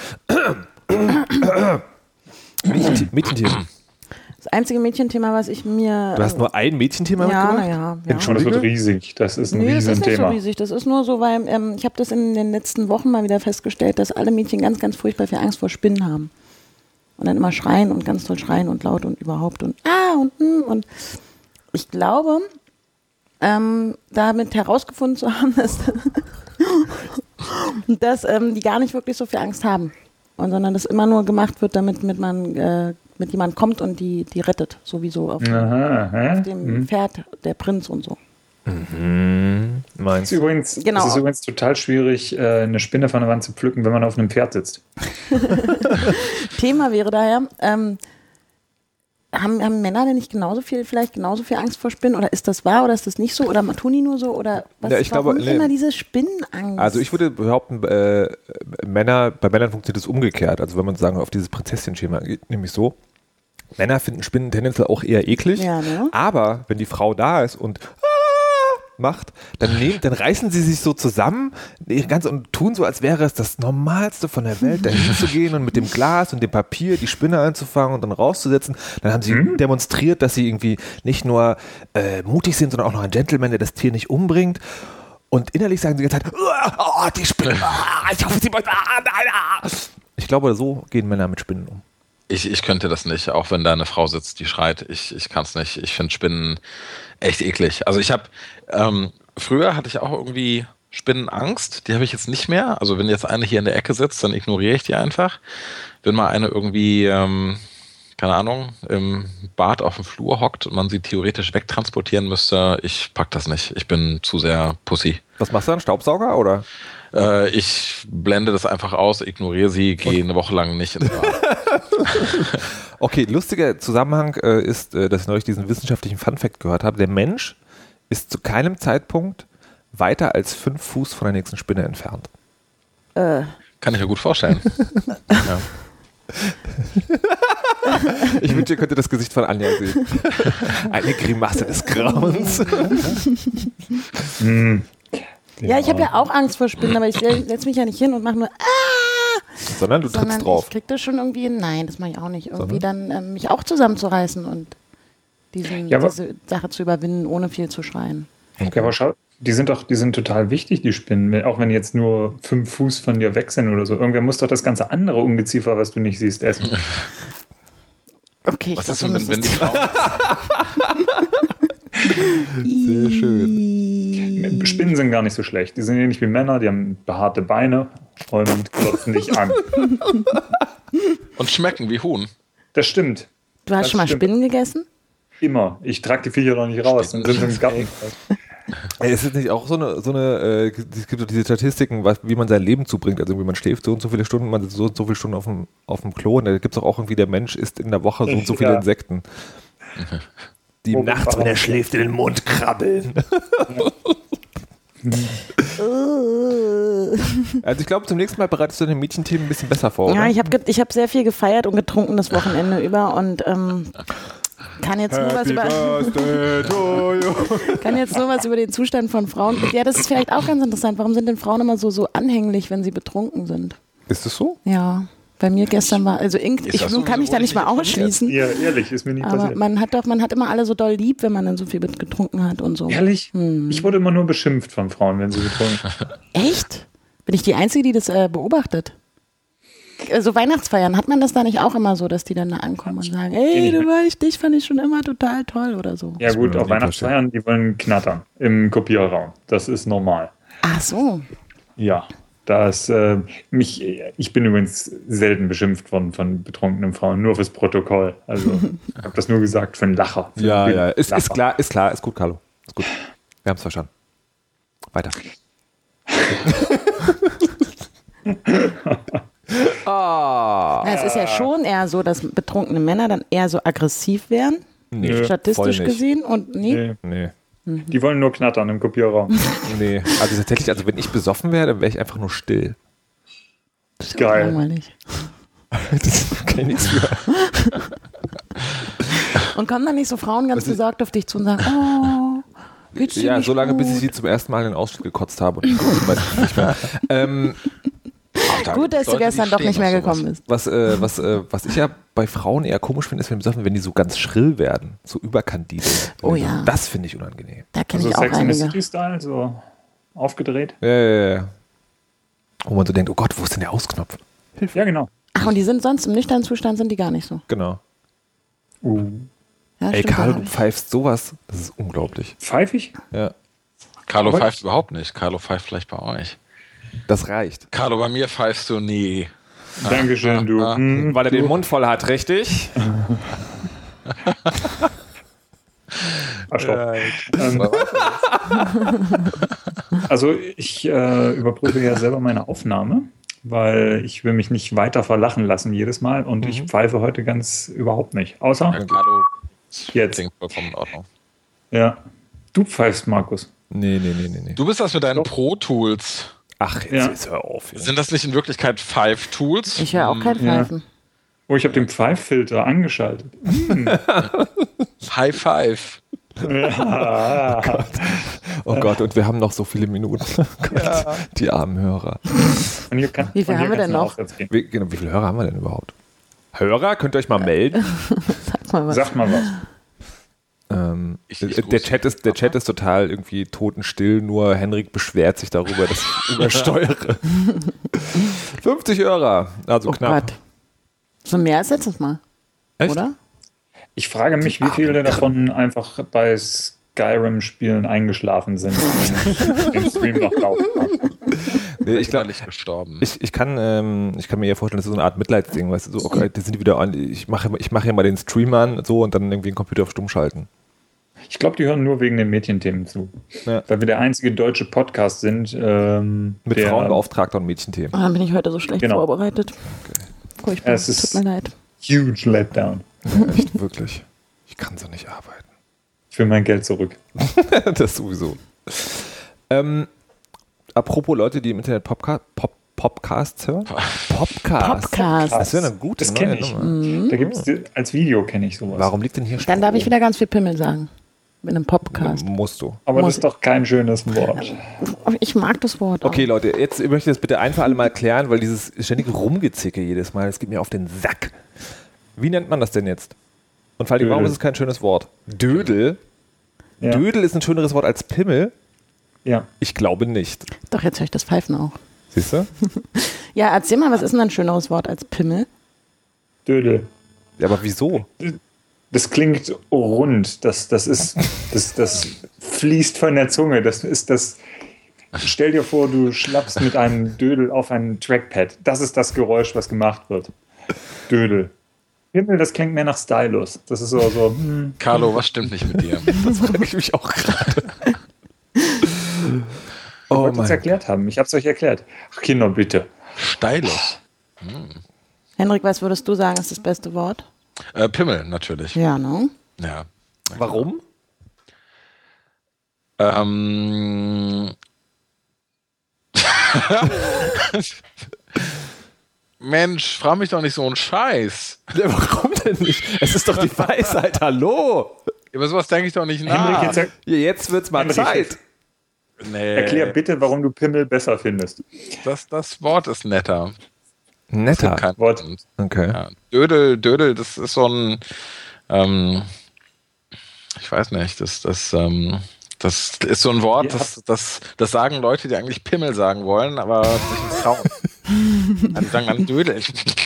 Mädchen- Mädchenthemen. Das einzige Mädchenthema, was ich mir. Du hast nur ein Mädchenthema ja, mitgebracht? naja. Ja. Und das Entschuldige? wird riesig. Das ist ein Nee, das ist nicht so Riesenthema. riesig. Das ist nur so, weil ähm, ich habe das in den letzten Wochen mal wieder festgestellt, dass alle Mädchen ganz, ganz furchtbar viel Angst vor Spinnen haben. Und dann immer schreien und ganz toll schreien und laut und überhaupt und ah und mm, und ich glaube, ähm, damit herausgefunden zu haben, dass, dass ähm, die gar nicht wirklich so viel Angst haben. Und sondern das immer nur gemacht wird, damit mit man äh, mit jemand kommt und die, die rettet, sowieso auf, Aha, hä? auf dem Hm. Pferd, der Prinz und so. Mhm. Es Meinst ist, du? übrigens, Genau. es ist übrigens total schwierig, äh, eine Spinne von der Wand zu pflücken, wenn man auf einem Pferd sitzt. Thema wäre daher, ähm, haben, haben Männer denn nicht genauso viel, vielleicht genauso viel Angst vor Spinnen? Oder ist das wahr oder ist das nicht so? Oder tun die nur so? Oder was, Ja, ich warum glaube, nee. immer diese Spinnenangst? Also ich würde behaupten, äh, Männer, bei Männern funktioniert es umgekehrt. Also wenn man sagen auf dieses Prinzesschen-Schema geht, nämlich so, Männer finden Spinnen tendenziell auch eher eklig, Ja, ne? aber wenn die Frau da ist und macht, dann, nehmen, dann reißen sie sich so zusammen ihre ganze, und tun so, als wäre es das Normalste von der Welt, dahin zu gehen und mit dem Glas und dem Papier die Spinne einzufangen und dann rauszusetzen. Dann haben sie Mhm. demonstriert, dass sie irgendwie nicht nur äh, mutig sind, sondern auch noch ein Gentleman, der das Tier nicht umbringt. Und innerlich sagen sie die ganze Zeit, oh, die Spinne, ah, ich hoffe, sie ah, nein, ah. Ich glaube, so gehen Männer mit Spinnen um. Ich, ich könnte das nicht, auch wenn da eine Frau sitzt, die schreit. Ich, ich kann es nicht. Ich finde Spinnen echt eklig. Also ich habe, ähm, früher hatte ich auch irgendwie Spinnenangst. Die habe ich jetzt nicht mehr. Also wenn jetzt eine hier in der Ecke sitzt, dann ignoriere ich die einfach. Wenn mal eine irgendwie, ähm, keine Ahnung, im Bad auf dem Flur hockt und man sie theoretisch wegtransportieren müsste, ich pack das nicht. Ich bin zu sehr Pussy. Was machst du dann? Staubsauger oder? Äh, ich blende das einfach aus, ignoriere sie, gehe eine Woche lang nicht ins Bad. Okay, lustiger Zusammenhang äh, ist, äh, dass ich neulich diesen wissenschaftlichen Funfact gehört habe. Der Mensch ist zu keinem Zeitpunkt weiter als fünf Fuß von der nächsten Spinne entfernt. äh, Kann ich mir gut vorstellen. Ja. Ich wünsche, ihr könntet das Gesicht von Anja sehen. Eine Grimasse des Grauens. Hm. ja, ich habe ja auch Angst vor Spinnen, aber ich setze mich ja nicht hin und mache nur ah, Sondern du trittst sondern drauf. ich krieg das schon irgendwie hin. Nein, das mache ich auch nicht. Irgendwie dann ähm, mich auch zusammenzureißen und diesen, Ja, aber- diese Sache zu überwinden, ohne viel zu schreien. Ja, aber schau, die sind doch, die sind total wichtig, die Spinnen. Wenn- Auch wenn die jetzt nur fünf Fuß von dir weg sind oder so. Irgendwer muss doch das ganze andere Ungeziefer, was du nicht siehst, essen. Okay, ich Was ist glaub, denn, wenn, wenn die das Frau... Sehr schön. Spinnen sind gar nicht so schlecht. Die sind ähnlich wie Männer, die haben behaarte Beine und klotzen dich an. Und schmecken wie Huhn. Das stimmt. Du hast Das schon mal stimmt. Spinnen gegessen? Immer. Ich trage die Viecher doch nicht raus. Dann sind sie im Garten. Ey, ist es nicht auch so eine, so eine äh, es gibt doch diese Statistiken, was, wie man sein Leben zubringt. Also wie man schläft so und so viele Stunden, man sitzt so und so viele Stunden auf dem, auf dem Klo. Und da gibt es auch irgendwie, der Mensch isst in der Woche so und so viele Ja. Insekten. Die ihm Oh, nachts, wenn er schläft, in den Mund krabbeln. Also ich glaube, zum nächsten Mal bereitest du den Mädchenthemen ein bisschen besser vor, oder? Ja, ich habe ich hab sehr viel gefeiert und getrunken das Wochenende über und ähm, kann jetzt nur was über birthday to you. kann jetzt nur was über den Zustand von Frauen. Ja, das ist vielleicht auch ganz interessant. Warum sind denn Frauen immer so so anhänglich, wenn sie betrunken sind? Ist das so? Ja, bei mir gestern war also Ink, Ist ich das kann sowieso mich da nicht mal nicht ausschließen. Ja, ehrlich, ist mir nie Aber passiert. man hat doch, man hat immer alle so doll lieb, wenn man dann so viel mit getrunken hat und so. Ehrlich? Hm. Ich wurde immer nur beschimpft von Frauen, wenn sie getrunken haben. Echt? Bin ich die Einzige, die das äh, beobachtet? So Weihnachtsfeiern, hat man das da nicht auch immer so, dass die dann da ankommen und sagen, ey, du weißt, dich fand ich schon immer total toll oder so? Ja gut, mir auf nie Weihnachtsfeiern, die wollen knattern im Kopierraum. Das ist normal. Ach so. Ja, das, äh, mich, ich bin übrigens selten beschimpft worden von betrunkenen Frauen, nur fürs Protokoll. Also, ich habe das nur gesagt für einen Lacher. Für Ja, einen ja. Ist, Lacher. ist klar, ist klar, ist gut, Carlo. Ist gut. Wir haben es verstanden. weiter. Ah. Ja, es ist ja schon eher so, dass betrunkene Männer dann eher so aggressiv werden, Nee, statistisch voll nicht. gesehen. Und nee, Nee. Nee, Die wollen nur knattern im Kopierraum. nee. Also tatsächlich, also wenn ich besoffen wäre, dann wäre ich einfach nur still. das ist Geil. langweilig. Das kann ich nichts für. Und kommen dann nicht so Frauen ganz besorgt auf dich zu und sagen, oh, geht's dir Ja, nicht so lange, bis ich gut? sie zum ersten Mal in den Ausschnitt gekotzt habe. Und ich weiß nicht mehr. Ähm, Gut, dass du Leute, die gestern doch stehen nicht mehr auf sowas. gekommen bist. was, äh, was, äh, was ich ja bei Frauen eher komisch finde, ist, wenn die besoffen, wenn die so ganz schrill werden, so überkandide. Oh ja. Das finde ich unangenehm. Da kenne Also ich auch Sex in the einige. City-Style, so aufgedreht. Ja, ja, ja. Wo man so denkt, oh Gott, wo ist denn der Ausknopf? Ja, genau. Ach, und die sind sonst im nüchternen Zustand, sind die gar nicht so. Genau. Uh. Ja, Ey, stimmt, Karl, da du hab ich- pfeifst sowas. Das ist unglaublich. Pfeifig? Ja, Carlo Aber- pfeift überhaupt nicht. Carlo pfeift vielleicht bei euch. das reicht. Carlo, bei mir pfeifst du nie. Dankeschön, du. ah. Hm. Weil er den Mund voll hat, richtig? Arschloch. Ähm, also ich äh, überprüfe ja selber meine Aufnahme, weil ich will mich nicht weiter verlachen lassen jedes Mal und ich pfeife heute ganz überhaupt nicht. Außer Ja, Carlo jetzt. klingt vollkommen in Ordnung. Ja. Du pfeifst, Markus. Nee, nee, nee, nee, nee. Du bist das mit deinen Doch. Pro-Tools. Ach, jetzt, Ja. jetzt hör auf. Sind das nicht in Wirklichkeit Five-Tools? Ich höre auch kein Ja. Pfeifen. Oh, ich habe den Pfeiffilter angeschaltet. High Five. Ja. Oh Gott, und wir haben noch so viele Minuten. Oh Gott, die armen Hörer. Und hier kann, Wie viel und hier haben wir kann's denn noch? aufwärts gehen. Wie, genau, wie viele Hörer haben wir denn überhaupt? Hörer, könnt ihr euch mal melden? Sag mal was. Sagt mal was. Ähm, Ich- ich der, grüße. Chat ist, der Chat ist total irgendwie totenstill, nur Henrik beschwert sich darüber, dass ich übersteuere. fünfzig Hörer, also Oh knapp. Gott. So mehr als letztes Mal, Echt? oder? Ich frage mich, wie viele davon einfach bei Skyrim-Spielen eingeschlafen sind und den Stream noch laufen haben. Nee, ich glaube, Innerlich gestorben. ich, ich, kann, ähm, ich kann mir eher vorstellen, das ist so eine Art Mitleidsding, weißt du, so, okay, die sind die wieder an, ich mache ich mach hier mal den Stream an so und dann irgendwie den Computer auf stumm schalten. Ich glaube, die hören nur wegen den Mädchenthemen zu. Ja. Weil wir der einzige deutsche Podcast sind, ähm, Mit der, Frauenbeauftragter und Mädchenthemen. Oh, dann bin ich heute so schlecht Genau. vorbereitet. Furchtbar, Es ist- tut mir leid. huge Letdown. Ja, echt, wirklich. Ich kann so nicht arbeiten. Ich will mein Geld zurück. Das sowieso. Ähm, apropos Leute, die im Internet Popca Pop Popcasts hören. Popcasts. Podcast. Das wäre eine gute Das neue kenne ich. Nummer. Da gibt's die- als Video kenne ich sowas. Warum liegt denn hier Dann darf ich wieder ganz viel Pimmel sagen. Mit einem Podcast. Musst du. Aber Muss das ist doch kein schönes Wort. Ich mag das Wort auch. Okay, Leute, jetzt möchte ich das bitte ein für alle Mal klären, weil dieses ständige Rumgezicke jedes Mal, das geht mir auf den Sack. Wie nennt man das denn jetzt? Und vor allem, warum Dödel. ist es kein schönes Wort? Dödel? Ja. Dödel ist ein schöneres Wort als Pimmel? Ja. Ich glaube nicht. Doch, jetzt höre ich das Pfeifen auch. Siehst du? Ja, erzähl mal, was ist denn ein schöneres Wort als Pimmel? Dödel. Ja, aber wieso? Das klingt rund. Das, das ist, das, das fließt von der Zunge. Das ist das. Stell dir vor, du schlappst mit einem Dödel auf ein Trackpad. Das ist das Geräusch, was gemacht wird. Dödel. Himmel, das klingt mehr nach Stylus. Das ist so, so hm. Carlo, was stimmt nicht mit dir? Das frage ich mich auch gerade. Ich Oh wollte es mein erklärt haben. Ich habe es euch erklärt. Ach, Kinder, bitte. Stylus. Henrik, was würdest du sagen, ist das beste Wort? Äh, Pimmel, natürlich. Ja, ne? Ja. Warum? Ähm. Mensch, frag mich doch nicht so einen Scheiß. Ja, warum denn nicht? Es ist doch die Weisheit, hallo! Über sowas denke ich doch nicht nach. Henrik, jetzt er Ja, jetzt wird's mal Henrik, Zeit. nee, erklär bitte, warum du Pimmel besser findest. das, das Wort ist netter. Netter. Kein Wort. Okay. Ja, Dödel, Dödel, das ist so ein, ähm, ich weiß nicht, das, das, ähm, das ist so ein Wort, Ja. das, das, das sagen Leute, die eigentlich Pimmel sagen wollen, aber sich nicht trauen. Die sagen dann Dödel.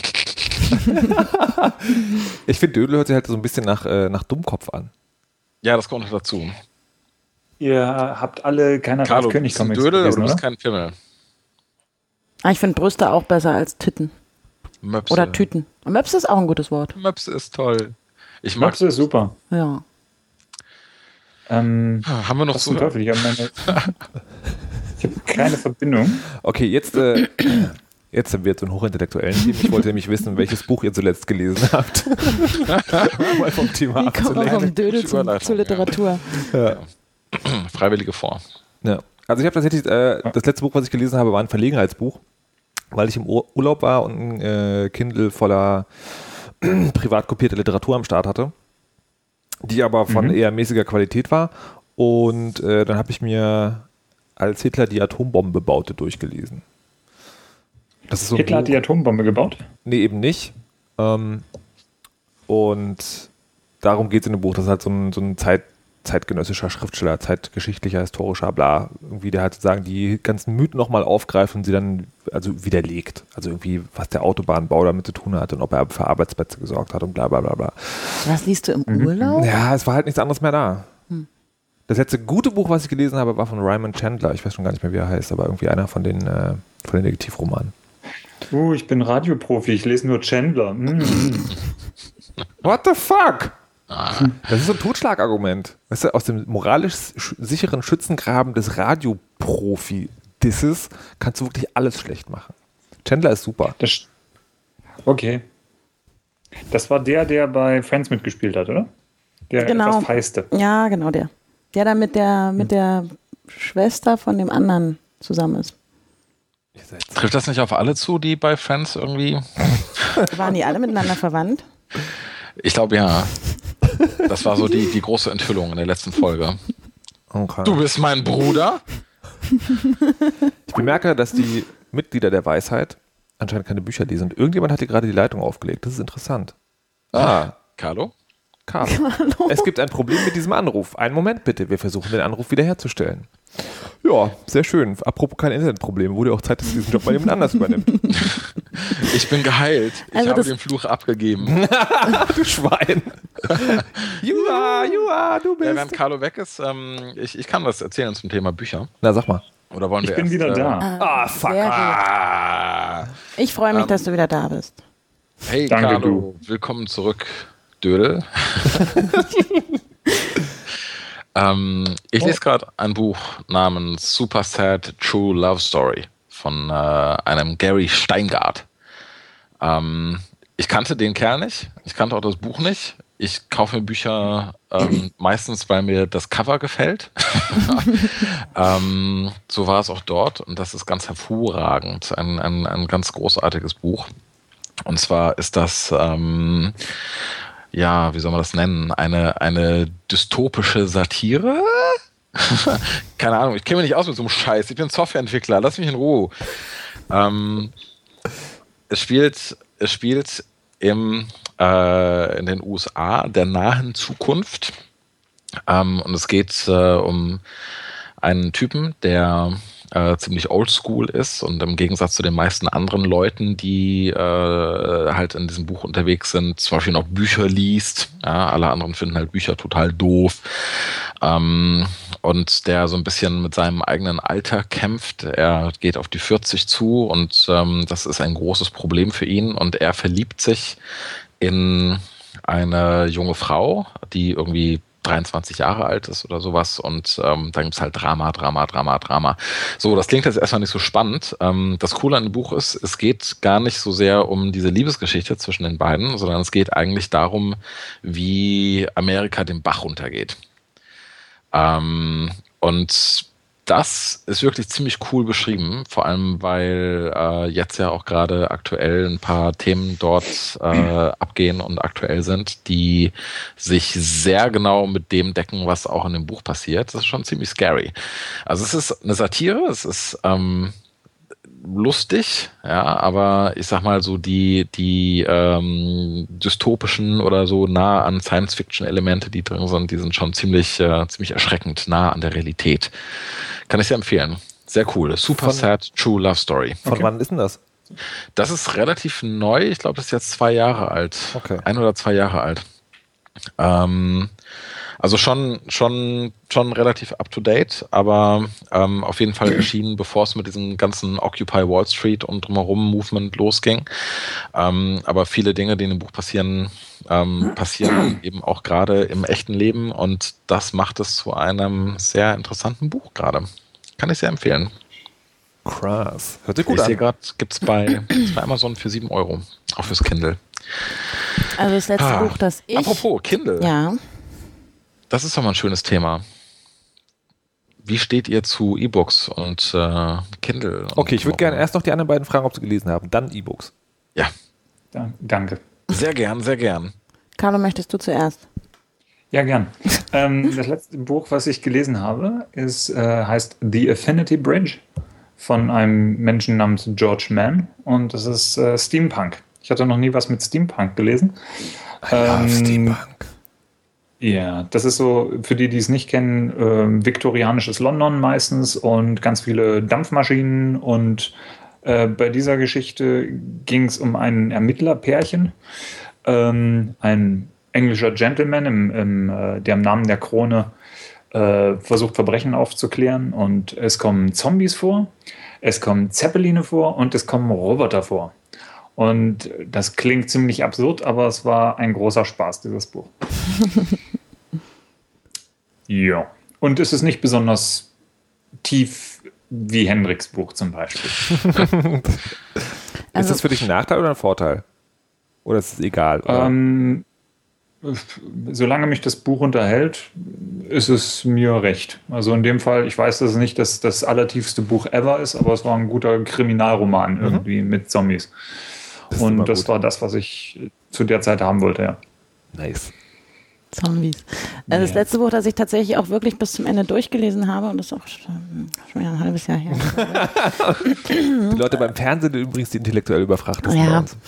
Ich finde, Dödel hört sich halt so ein bisschen nach, äh, nach Dummkopf an. Ja, das kommt noch dazu. Ihr habt alle keiner Carlo, Ralf du bist ein König-Comics Dödel, aber gelesen, du bist oder? kein Pimmel. Ah, ich finde Brüste auch besser als Titten. Möpse. Oder Tüten. Und Möpse ist auch ein gutes Wort. Möpse ist toll. Ich mag Möpse ist super. Ja. Ähm, Haben wir noch was zum so? Teufel? Ich habe meine, Ich habe keine Verbindung. Okay, jetzt, äh, jetzt haben wir jetzt so einen hochintellektuellen Team. Ich wollte nämlich wissen, welches Buch ihr zuletzt gelesen habt. Mal vom Thema Wie kommt man vom Dödel zum, Überleitung, zur Literatur? Ja. Freiwillige vor. Ja. Also ich habe tatsächlich, äh, das letzte Buch, was ich gelesen habe, war ein Verlegenheitsbuch, weil ich im Ur- Urlaub war und ein äh, Kindle voller privat kopierter Literatur am Start hatte, die aber von Mhm. eher mäßiger Qualität war. Und äh, dann habe ich mir als Hitler die Atombombe baute durchgelesen. Das ist so ein Hitler Buch, hat die Atombombe gebaut? Nee, eben nicht. Ähm, und darum geht es in dem Buch. Das ist halt so ein, so ein Zeit, zeitgenössischer Schriftsteller, zeitgeschichtlicher, historischer, bla. Irgendwie, der halt sozusagen die ganzen Mythen nochmal aufgreift und sie dann also widerlegt. Also irgendwie, was der Autobahnbau damit zu tun hat und ob er für Arbeitsplätze gesorgt hat und bla bla bla bla. Was liest du im Urlaub? Ja, es war halt nichts anderes mehr da. Das letzte gute Buch, was ich gelesen habe, war von Raymond Chandler. Ich weiß schon gar nicht mehr, wie er heißt, aber irgendwie einer von den, äh, von den Detektivromanen. Uh, ich bin Radioprofi, ich lese nur Chandler. Mm. What the fuck? Das ist so ein Totschlagargument. Weißt du, aus dem moralisch sch- sicheren Schützengraben des Radioprofi-Disses kannst du wirklich alles schlecht machen. Chandler ist super. Das, okay. Das war der, der bei Friends mitgespielt hat, oder? Der Genau. etwas feiste. Ja, genau der. Der da mit der, mit der Schwester von dem anderen zusammen ist. Trifft das nicht auf alle zu, die bei Friends irgendwie... Waren die alle miteinander verwandt? Ich glaube, ja. Das war so die, die große Enthüllung in der letzten Folge. Okay. Du bist mein Bruder? Ich bemerke, dass die Mitglieder der Weisheit anscheinend keine Bücher lesen. Und irgendjemand hat hier gerade die Leitung aufgelegt. Das ist interessant. Ah, Carlo? Carlo. Es gibt ein Problem mit diesem Anruf. Einen Moment bitte, wir versuchen den Anruf wiederherzustellen. Ja, sehr schön. Apropos kein Internetproblem, wurde auch Zeit, dass diesen Job mal jemand anders übernimmt. Ich bin geheilt. Ich Also habe das- den Fluch abgegeben. Du Schwein. Jua, Jua, du Ja, bist. während Carlo weg ist, ähm, ich, ich kann was erzählen zum Thema Bücher. Na, sag mal. Oder wollen Ich wir bin erst, wieder äh, da. Ah, fuck. Sehr gut. Ah, Ich freue mich, Ähm, dass du wieder da bist. hey Danke, Carlo, willkommen zurück, Dödel. ähm, ich lese gerade ein Buch namens Super Sad True Love Story von äh, einem Gary Steingart. Ähm, ich kannte den Kerl nicht, ich kannte auch das Buch nicht. Ich kaufe mir Bücher ähm, meistens, weil mir das Cover gefällt. ähm, so war es auch dort und das ist ganz hervorragend. Ein, ein, ein ganz großartiges Buch. Und zwar ist das, ähm, ja, wie soll man das nennen? Eine, eine dystopische Satire? Keine Ahnung, ich kenne mich nicht aus mit so einem Scheiß. Ich bin Softwareentwickler, lass mich in Ruhe. Ähm, es spielt, es spielt im, äh, in den U S A der nahen Zukunft. Ähm, und es geht äh, um einen Typen, der äh, ziemlich oldschool ist und im Gegensatz zu den meisten anderen Leuten, die äh, halt in diesem Buch unterwegs sind, zum Beispiel noch Bücher liest. Ja, alle anderen finden halt Bücher total doof. Ähm, und der so ein bisschen mit seinem eigenen Alter kämpft. Er geht auf die vierzig zu und ähm, das ist ein großes Problem für ihn und er verliebt sich in eine junge Frau, die irgendwie dreiundzwanzig Jahre alt ist oder sowas und ähm, dann gibt's halt Drama, Drama, Drama, Drama. So, das klingt jetzt erstmal nicht so spannend. Ähm, das Coole an dem Buch ist, es geht gar nicht so sehr um diese Liebesgeschichte zwischen den beiden, sondern es geht eigentlich darum, wie Amerika den Bach runtergeht. Ähm, und das ist wirklich ziemlich cool beschrieben, vor allem weil äh, jetzt ja auch gerade aktuell ein paar Themen dort äh, abgehen und aktuell sind, die sich sehr genau mit dem decken, was auch in dem Buch passiert. Das ist schon ziemlich scary. Also es ist eine Satire, es ist ähm, lustig, ja, aber ich sag mal so die die ähm, dystopischen oder so nah an Science-Fiction-Elemente, die drin sind, die sind schon ziemlich äh, ziemlich erschreckend nah an der Realität. Kann ich sehr empfehlen. Sehr cool. Super Von- Sad True Love Story. Von Okay. wann ist denn das? Das ist relativ neu. Ich glaube, das ist jetzt zwei Jahre alt. Okay. Ein oder zwei Jahre alt. Ähm, also schon, schon, schon relativ up to date, aber ähm, auf jeden Fall erschienen, bevor es mit diesem ganzen Occupy Wall Street und drumherum Movement losging. Ähm, aber viele Dinge, die in dem Buch passieren, ähm, passieren eben auch gerade im echten Leben und das macht es zu einem sehr interessanten Buch gerade. Kann ich sehr empfehlen. Krass. Hört sich gut Ich an. sehe gerade, gibt es bei, bei Amazon für sieben Euro. Auch fürs Kindle. Also das letzte Ah, Buch, das ich... Apropos Kindle. Ja. Das ist doch mal ein schönes Thema. Wie steht ihr zu E-Books und äh, Kindle? Und Okay, ich würde gerne erst noch die anderen beiden fragen, ob sie gelesen haben. Dann E-Books. Ja, Da, danke. sehr gern, sehr gern. Carlo, möchtest du zuerst? Ja, gern. ähm, das letzte Buch, was ich gelesen habe, ist, äh, heißt The Affinity Bridge von einem Menschen namens George Mann und das ist äh, Steampunk. Ich hatte noch nie was mit Steampunk gelesen. I love Ähm, Steampunk. Ja, das ist so, für die, die es nicht kennen, ähm, viktorianisches London meistens und ganz viele Dampfmaschinen. Und äh, bei dieser Geschichte ging es um ein Ermittlerpärchen, ähm, ein englischer Gentleman, im, im, äh, der im Namen der Krone äh, versucht, Verbrechen aufzuklären. Und es kommen Zombies vor, es kommen Zeppeline vor und es kommen Roboter vor. Und das klingt ziemlich absurd, aber es war ein großer Spaß, dieses Buch. Ja. Und es ist nicht besonders tief wie Hendriks Buch zum Beispiel. Ist das für dich ein Nachteil oder ein Vorteil? Oder ist es egal? Oder? Ähm, solange mich das Buch unterhält, ist es mir recht. Also in dem Fall, ich weiß, dass es nicht das, das allertiefste Buch ever ist, aber es war ein guter Kriminalroman Mhm. irgendwie mit Zombies. Das ist immer Und das gut. war das, was ich zu der Zeit haben wollte, ja. Nice. Zombies. Also das Ja. letzte Buch, das ich tatsächlich auch wirklich bis zum Ende durchgelesen habe, und das ist auch schon, schon wieder ein halbes Jahr her. Die Leute beim Fernsehen sind übrigens die intellektuell überfrachtesten Ja. bei uns.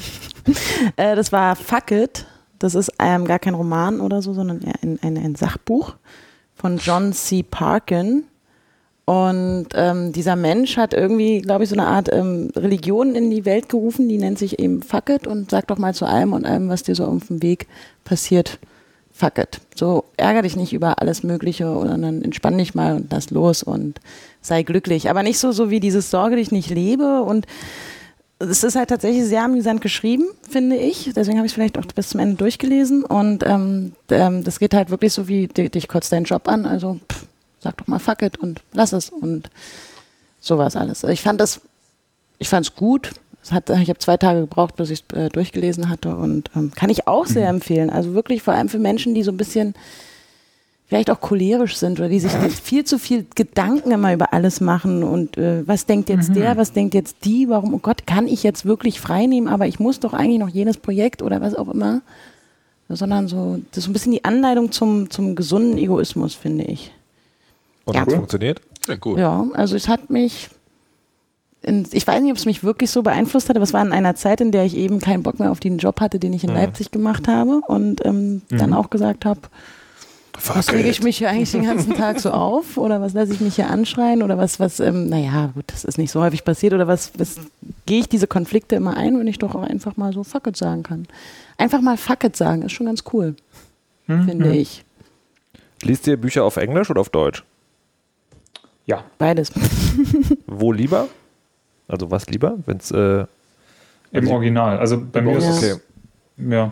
äh, das war Fuck It. Das ist ähm, gar kein Roman oder so, sondern eher ein, ein, ein Sachbuch von John C. Parkin. Und ähm, dieser Mensch hat irgendwie, glaube ich, so eine Art ähm, Religion in die Welt gerufen, die nennt sich eben Fuck It und sag doch mal zu allem und allem, was dir so auf dem Weg passiert, Fuck It. So ärger dich nicht über alles Mögliche, sondern entspann dich mal und lass los und sei glücklich. Aber nicht so, so wie dieses Sorge dich nicht lebe. Und es ist halt tatsächlich sehr amüsant geschrieben, finde ich. Deswegen habe ich es vielleicht auch bis zum Ende durchgelesen. Und ähm, ähm, das geht halt wirklich so wie, dich kotzt dein Job an, also pff, sag doch mal fuck it und lass es und sowas alles. Ich fand das, ich fand es gut. Es hat, ich habe zwei Tage gebraucht, bis ich es äh, durchgelesen hatte und ähm, kann ich auch sehr empfehlen. Also wirklich vor allem für Menschen, die so ein bisschen vielleicht auch cholerisch sind oder die sich viel zu viel Gedanken immer über alles machen und äh, was denkt jetzt mhm. der, was denkt jetzt die, warum, oh Gott, kann ich jetzt wirklich frei nehmen, aber ich muss doch eigentlich noch jenes Projekt oder was auch immer. Sondern so, das ist so ein bisschen die Anleitung zum, zum gesunden Egoismus, finde ich. Und Ja. hat es funktioniert? Ja, gut. Ja, also es hat mich, in, ich weiß nicht, ob es mich wirklich so beeinflusst hat, aber es war in einer Zeit, in der ich eben keinen Bock mehr auf den Job hatte, den ich in Mhm. Leipzig gemacht habe und ähm, Mhm. dann auch gesagt habe, was rege ich mich hier eigentlich den ganzen Tag so auf oder was lasse ich mich hier anschreien oder was, was, ähm, naja, gut, das ist nicht so häufig passiert oder was, was gehe ich diese Konflikte immer ein, wenn ich doch auch einfach mal so fuck it sagen kann. Einfach mal fuck it sagen, ist schon ganz cool, Mhm. finde ich. Liest ihr Bücher auf Englisch oder auf Deutsch? Ja. Beides. Wo lieber? Also was lieber? Wenn's, äh, Im Original. Also bei mir ist okay. es, ja.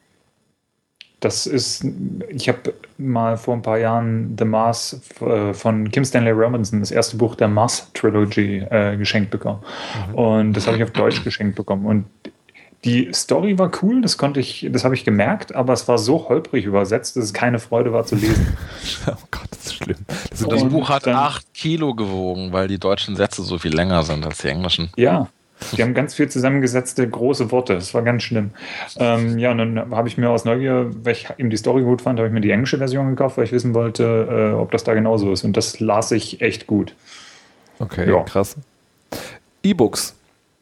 Das ist, ich habe mal vor ein paar Jahren The Mars äh, von Kim Stanley Robinson, das erste Buch der Mars Trilogy, äh, geschenkt bekommen. Mhm. Und das habe ich auf Deutsch geschenkt bekommen. Und die Story war cool, das konnte ich, das habe ich gemerkt, aber es war so holprig übersetzt, dass es keine Freude war zu lesen. Oh Gott, das ist schlimm. Das Das Und Buch hat dann- acht Kilo gewogen, weil die deutschen Sätze so viel länger sind als die englischen. Ja, die haben ganz viel zusammengesetzte große Worte. Das war ganz schlimm. Ähm, ja, und dann habe ich mir aus Neugier, weil ich eben die Story gut fand, habe ich mir die englische Version gekauft, weil ich wissen wollte, äh, ob das da genauso ist. Und das las ich echt gut. Okay, Ja. krass. E-Books.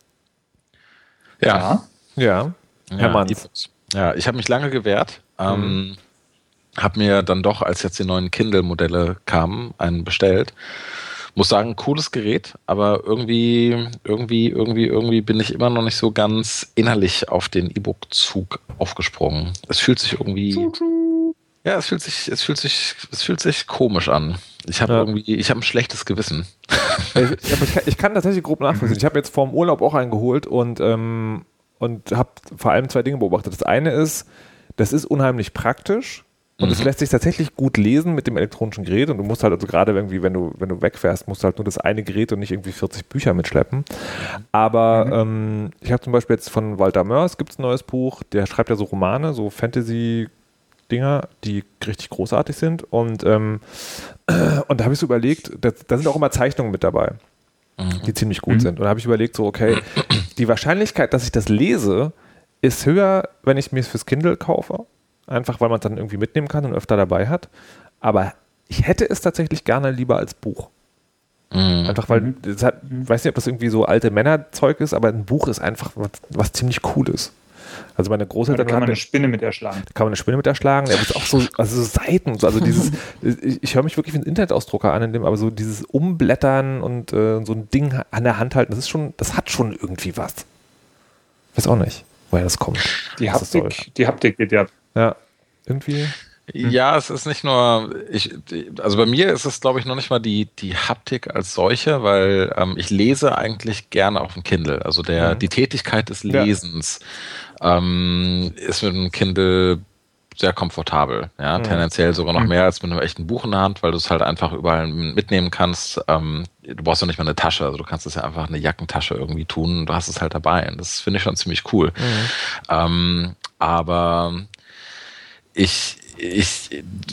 Ja. Ja. Herr Ja, Manns. E-Books. Ja, ich habe mich lange gewehrt. Ähm, habe mir dann doch, als jetzt die neuen Kindle-Modelle kamen, einen bestellt. Muss sagen, cooles Gerät, aber irgendwie, irgendwie, irgendwie, irgendwie bin ich immer noch nicht so ganz innerlich auf den E-Book-Zug aufgesprungen. Es fühlt sich irgendwie. Ja, es fühlt sich, es fühlt sich, es fühlt sich komisch an. Ich habe Ja. irgendwie, ich habe ein schlechtes Gewissen. Ich, aber ich, kann, ich kann tatsächlich grob nachvollziehen. Ich habe jetzt vor dem Urlaub auch einen geholt und, ähm, und habe vor allem zwei Dinge beobachtet. Das eine ist, das ist unheimlich praktisch, Und Mhm. es lässt sich tatsächlich gut lesen mit dem elektronischen Gerät und du musst halt also gerade irgendwie, wenn du, wenn du wegfährst, musst du halt nur das eine Gerät und nicht irgendwie vierzig Bücher mitschleppen. Aber Mhm. ähm, ich habe zum Beispiel jetzt von Walter Mörs gibt es ein neues Buch, der schreibt ja so Romane, so Fantasy-Dinger, die richtig großartig sind und, ähm, und da habe ich so überlegt, da, da sind auch immer Zeichnungen mit dabei, Mhm. die ziemlich gut Mhm. sind. Und da habe ich überlegt, so okay, die Wahrscheinlichkeit, dass ich das lese, ist höher, wenn ich mir es fürs Kindle kaufe. Einfach, weil man es dann irgendwie mitnehmen kann und öfter dabei hat. Aber ich hätte es tatsächlich gerne lieber als Buch. Mhm. Einfach, weil, Mhm. das hat, ich weiß nicht, ob das irgendwie so alte Männerzeug ist, aber ein Buch ist einfach was, was ziemlich Cooles. Also meine Da Großeltern kann man hatten- eine Spinne mit erschlagen. da kann man eine Spinne mit erschlagen, der ist auch so, also so Seiten, so, also dieses, ich, ich höre mich wirklich wie ein Internetausdrucker an, in dem, aber so dieses Umblättern und äh, so ein Ding an der Hand halten, das ist schon, das hat schon irgendwie was. Weiß auch nicht, woher das kommt. Die was das soll. Haptik, die Haptik geht ja. Ja, irgendwie. Ja, es ist nicht nur, ich, also bei mir ist es, glaube ich, noch nicht mal die, die Haptik als solche, weil ähm, ich lese eigentlich gerne auf dem Kindle. Also der, Mhm. die Tätigkeit des Ja. Lesens ähm, ist mit dem Kindle sehr komfortabel. Ja, Mhm. tendenziell sogar noch Mhm. mehr als mit einem echten Buch in der Hand, weil du es halt einfach überall mitnehmen kannst. Ähm, du brauchst ja nicht mal eine Tasche, also du kannst es ja einfach in eine Jackentasche irgendwie tun und du hast es halt dabei. Und das finde ich schon ziemlich cool. Ähm, aber ich, ich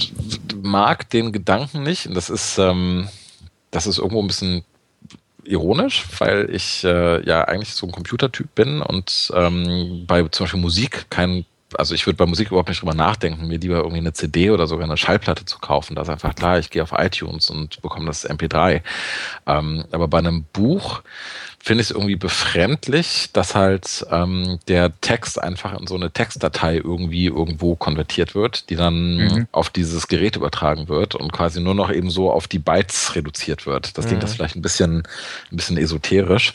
mag den Gedanken nicht, und das ist, ähm, das ist irgendwo ein bisschen ironisch, weil ich äh, ja eigentlich so ein Computertyp bin und ähm, bei zum Beispiel Musik kein, also ich würde bei Musik überhaupt nicht drüber nachdenken, mir lieber irgendwie eine C D oder sogar eine Schallplatte zu kaufen. Da ist einfach klar, ich gehe auf iTunes und bekomme das M P drei. Ähm, aber bei einem Buch finde ich es irgendwie befremdlich, dass halt ähm, der Text einfach in so eine Textdatei irgendwie irgendwo konvertiert wird, die dann Mhm. auf dieses Gerät übertragen wird und quasi nur noch eben so auf die Bytes reduziert wird. Das Mhm. klingt jetzt vielleicht ein bisschen, ein bisschen esoterisch.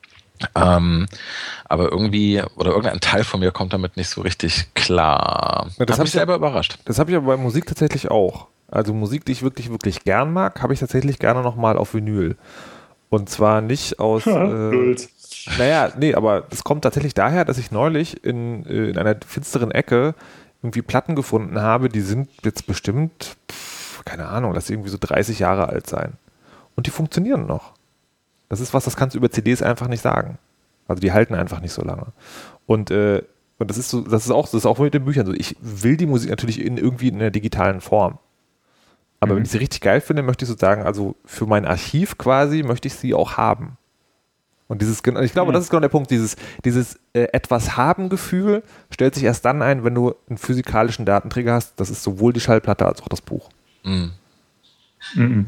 Ähm, aber irgendwie, oder irgendein Teil von mir kommt damit nicht so richtig klar. Ja, das Hat hab mich ich ja- selber überrascht. Das habe ich aber bei Musik tatsächlich auch. Also Musik, die ich wirklich, wirklich gern mag, habe ich tatsächlich gerne nochmal auf Vinyl. Und zwar nicht aus... äh, Lulz. naja, nee, aber das kommt tatsächlich daher, dass ich neulich in, äh, in einer finsteren Ecke irgendwie Platten gefunden habe, die sind jetzt bestimmt, pff, keine Ahnung, lass sie irgendwie so dreißig Jahre alt sein. Und die funktionieren noch. Das ist was, das kannst du über C Ds einfach nicht sagen. Also die halten einfach nicht so lange. Und, äh, und das ist so, das ist auch, das ist auch mit den Büchern so. Ich will die Musik natürlich in irgendwie in einer digitalen Form. Aber Mhm. wenn ich sie richtig geil finde, möchte ich so sagen, also für mein Archiv quasi möchte ich sie auch haben. Und dieses, gen- ich glaube, Mhm. das ist genau der Punkt, dieses, dieses äh, etwas haben Gefühl stellt sich erst dann ein, wenn du einen physikalischen Datenträger hast. Das ist sowohl die Schallplatte als auch das Buch. Mhm. Mhm.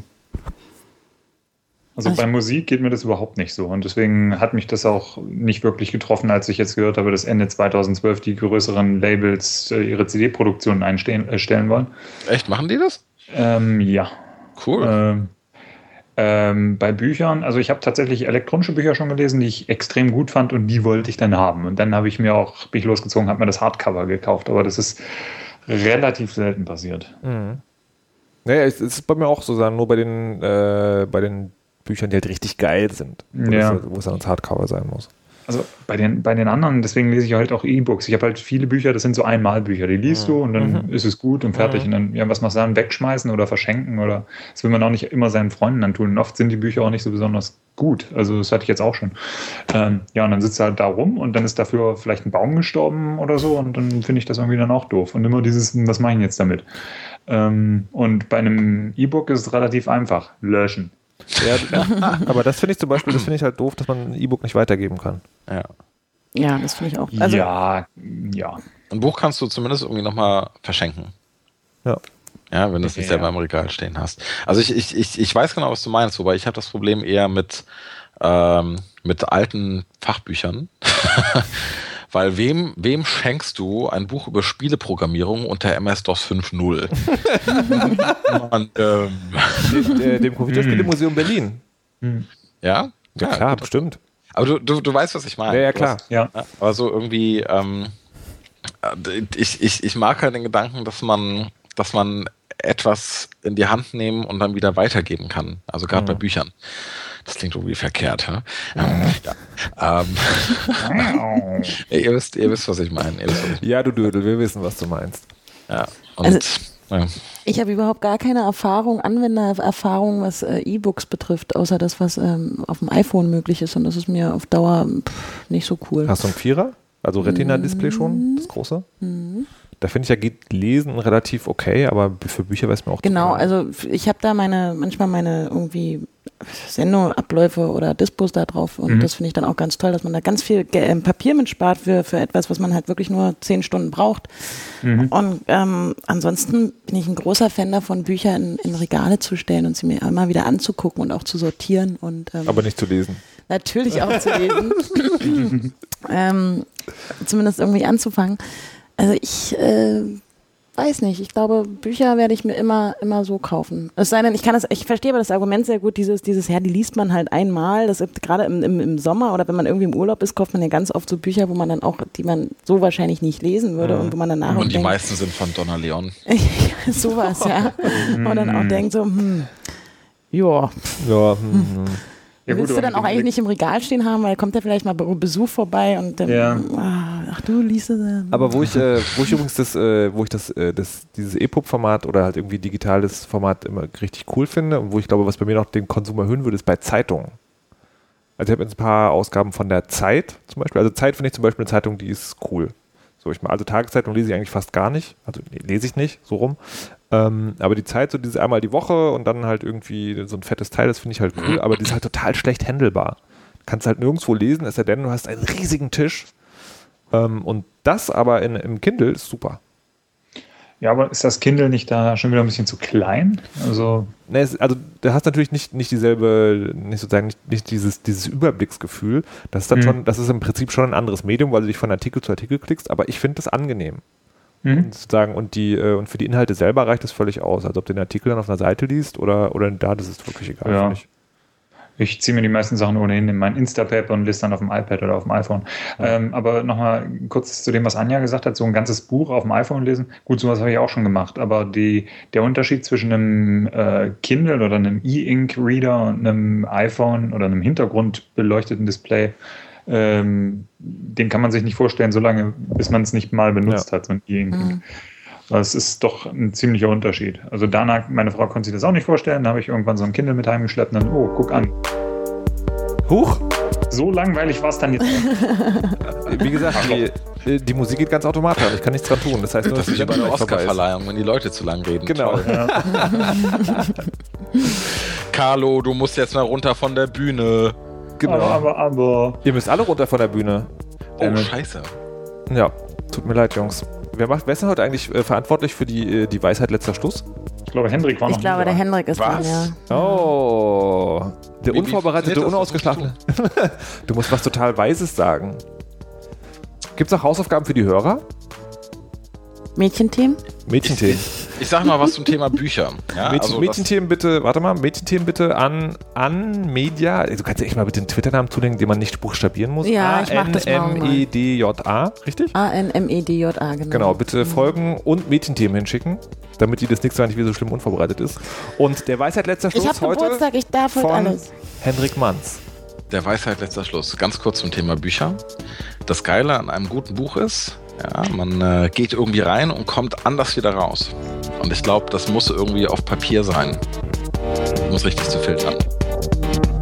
Also Also- bei Musik geht mir das überhaupt nicht so. Und deswegen hat mich das auch nicht wirklich getroffen, als ich jetzt gehört habe, dass Ende zweitausendzwölf die größeren Labels äh, ihre C D-Produktionen einstellen äh, stellen wollen. Echt, machen die das? Ähm, ja. Cool. Ähm, ähm, bei Büchern, also ich habe tatsächlich elektronische Bücher schon gelesen, die ich extrem gut fand und die wollte ich dann haben. Und dann habe ich mir auch, bin ich losgezogen, habe mir das Hardcover gekauft. Aber das ist relativ selten passiert. Mhm. Naja, es es ist bei mir auch so, sagen, nur bei den, äh, bei den Büchern, die halt richtig geil sind, wo, Ja. das, wo es dann ins Hardcover sein muss. Also bei den, bei den anderen, deswegen lese ich halt auch E-Books. Ich habe halt viele Bücher, das sind so Einmalbücher. Die liest du und dann Mhm. ist es gut und fertig. Und dann, ja, was machst du dann? Wegschmeißen oder verschenken oder das will man auch nicht immer seinen Freunden dann tun. Und oft sind die Bücher auch nicht so besonders gut. Also das hatte ich jetzt auch schon. Ähm, ja, und dann sitzt du halt da rum und dann ist dafür vielleicht ein Baum gestorben oder so und dann finde ich das irgendwie dann auch doof. Und immer dieses, was mache ich jetzt damit? Ähm, und bei einem E-Book ist es relativ einfach. Löschen. Ja, aber das finde ich zum Beispiel, das finde ich halt doof, dass man ein E-Book nicht weitergeben kann. Ja. Ja, das finde ich auch. Also, ja, ja. Ein Buch kannst du zumindest irgendwie nochmal verschenken. Ja. Ja, wenn du es nicht Ja. selber im Regal stehen hast. Also ich, ich, ich, ich weiß genau, was du meinst, wobei ich habe das Problem eher mit, ähm, mit alten Fachbüchern. Weil wem, wem schenkst du ein Buch über Spieleprogrammierung unter M S-DOS fünf Punkt null? Und, ähm, Dem, äh, dem Computerspielemuseum Berlin. ja? Ja, klar, bestimmt. Aber du, du, du weißt, was ich meine. Ja, ja, Du klar. hast- Ja. Ja, aber so irgendwie, ähm, äh, ich, ich, ich mag halt den Gedanken, dass man, dass man etwas in die Hand nehmen und dann wieder weitergeben kann. Also gerade Mhm. bei Büchern. Das klingt irgendwie verkehrt, hä? Ja. Ähm, ihr, wisst, ihr wisst, was ich meine. Ihr wisst, was ich Ja, du Dödel, wir wissen, was du meinst. Ja. Und Also- Ja. Ich habe überhaupt gar keine Erfahrung, Anwendererfahrung, was äh, E-Books betrifft, außer das, was ähm, auf dem iPhone möglich ist. Und das ist mir auf Dauer pff, nicht so cool. Hast du ein Vierer? Also Retina-Display schon, das große? Mhm. Da finde ich ja, geht Lesen relativ okay, aber für Bücher wäre es mir auch Genau, total. also ich habe da meine, manchmal meine irgendwie Sendeabläufe oder Dispos da drauf und Mhm. das finde ich dann auch ganz toll, dass man da ganz viel Ge- äh, Papier mitspart für, für etwas, was man halt wirklich nur zehn Stunden braucht. Mhm. Und ähm, ansonsten bin ich ein großer Fan davon, Bücher in, in Regale zu stellen und sie mir immer wieder anzugucken und auch zu sortieren und ähm, Aber nicht zu lesen. natürlich auch zu lesen. ähm, zumindest irgendwie anzufangen. Also ich äh, weiß nicht. Ich glaube, Bücher werde ich mir immer, immer so kaufen. Es sei denn, ich kann das, ich verstehe aber das Argument sehr gut, dieses, dieses, ja, die liest man halt einmal. Das ist gerade im, im, im Sommer oder wenn man irgendwie im Urlaub ist, kauft man ja ganz oft so Bücher, wo man dann auch, die man so wahrscheinlich nicht lesen würde Mhm. und wo man danach auch Und die denkt, meisten sind von Donna Leon. sowas, ja. Und dann auch denkt so, hm, ja. Ja, hm, hm. Ja, gut, Willst du aber dann mit auch dem eigentlich Blick- nicht im Regal stehen haben, weil kommt ja vielleicht mal Be- Besuch vorbei und dann, Ja. ah, ach du liest es. äh, Aber wo ich, äh, wo ich übrigens das, äh, wo ich das, äh, das, dieses E P U B-Format oder halt irgendwie digitales Format immer richtig cool finde und wo ich glaube, was bei mir noch den Konsum erhöhen würde, ist bei Zeitungen. Also ich habe jetzt ein paar Ausgaben von der Zeit zum Beispiel. Also Zeit finde ich zum Beispiel eine Zeitung, die ist cool. So, ich mal, also Tageszeitung lese ich eigentlich fast gar nicht. Also nee, lese ich nicht, so rum. Ähm, aber die Zeit, so dieses einmal die Woche und dann halt irgendwie so ein fettes Teil, das finde ich halt cool, aber die ist halt total schlecht handelbar. Kannst halt nirgendwo lesen, es sei denn, du hast einen riesigen Tisch. Ähm, und das aber in, im Kindle ist super. Ja, aber ist das Kindle nicht da schon wieder ein bisschen zu klein? Also, Ne, es, also du hast natürlich nicht, nicht dieselbe, nicht sozusagen nicht, nicht dieses, dieses Überblicksgefühl. Das ist dann Mhm. schon, das ist im Prinzip schon ein anderes Medium, weil du dich von Artikel zu Artikel klickst, aber ich finde das angenehm. mhm. Sozusagen, und die, äh, und für die Inhalte selber reicht das völlig aus. Also ob du den Artikel dann auf einer Seite liest oder, oder da, das ist wirklich egal, Ja. finde ich. Ich ziehe mir die meisten Sachen ohnehin in mein Instapad und lese dann auf dem iPad oder auf dem iPhone. Ähm, aber nochmal kurz zu dem, was Anja gesagt hat, so ein ganzes Buch auf dem iPhone lesen. Gut, sowas habe ich auch schon gemacht, aber die, der Unterschied zwischen einem äh, Kindle oder einem E-Ink-Reader und einem iPhone oder einem hintergrundbeleuchteten Display, ähm, den kann man sich nicht vorstellen, solange bis man es nicht mal benutzt Ja. hat, so ein E-Ink. Mhm. Das ist doch ein ziemlicher Unterschied. Also danach, meine Frau konnte sich das auch nicht vorstellen, da habe ich irgendwann so ein Kindle mit heimgeschleppt und dann, oh, guck an. Huch! So langweilig war es dann jetzt. Wie gesagt, die, die Musik geht ganz automatisch. Ich kann nichts dran tun. Das heißt nur, Das dass ist die wie bei der Sendung gleich vorbei ist. Oscar-Verleihung, wenn die Leute zu lang reden. Genau. Toll. Ja. Carlo, du musst jetzt mal runter von der Bühne. Genau. Aber, aber, aber. Ihr müsst alle runter von der Bühne. Oh, Damit- scheiße. Ja, tut mir leid, Jungs. Wer, macht, wer ist denn heute eigentlich äh, verantwortlich für die, äh, die Weisheit letzter Schluss? Ich glaube, Hendrik war noch Ich glaube, nie der dran. Hendrik ist dran, Was? ja. Oh, der Wie- wie unvorbereitete, funktioniert das? Was unausgeschlafene. Du musst was total Weises sagen. Gibt es auch Hausaufgaben für die Hörer? Mädchenteam? Mädchenthemen. Ich sag mal was zum Thema Bücher. Ja, Mädchen, also das- Mädchenthemen bitte, warte mal, Mädchenthemen bitte an, an Media. Du kannst ja echt mal bitte einen Twitter-Namen zulegen, den man nicht buchstabieren muss. Ja, ich mach das morgen mal. A N M E D J A, richtig? A N M E D J A, genau. Genau, bitte folgen und Mädchenthemen hinschicken, damit die das nächste Mal nicht wieder so schlimm unvorbereitet ist. Und der Weisheit letzter Schluss Ich habe heute Geburtstag, ich darf heute von alles. Hendrik Manns. Der Weisheit letzter Schluss. Ganz kurz zum Thema Bücher. Das Geile an einem guten Buch ist, ja, man äh, geht irgendwie rein und kommt anders wieder raus. Und ich glaube, das muss irgendwie auf Papier sein. Muss richtig zu filtern.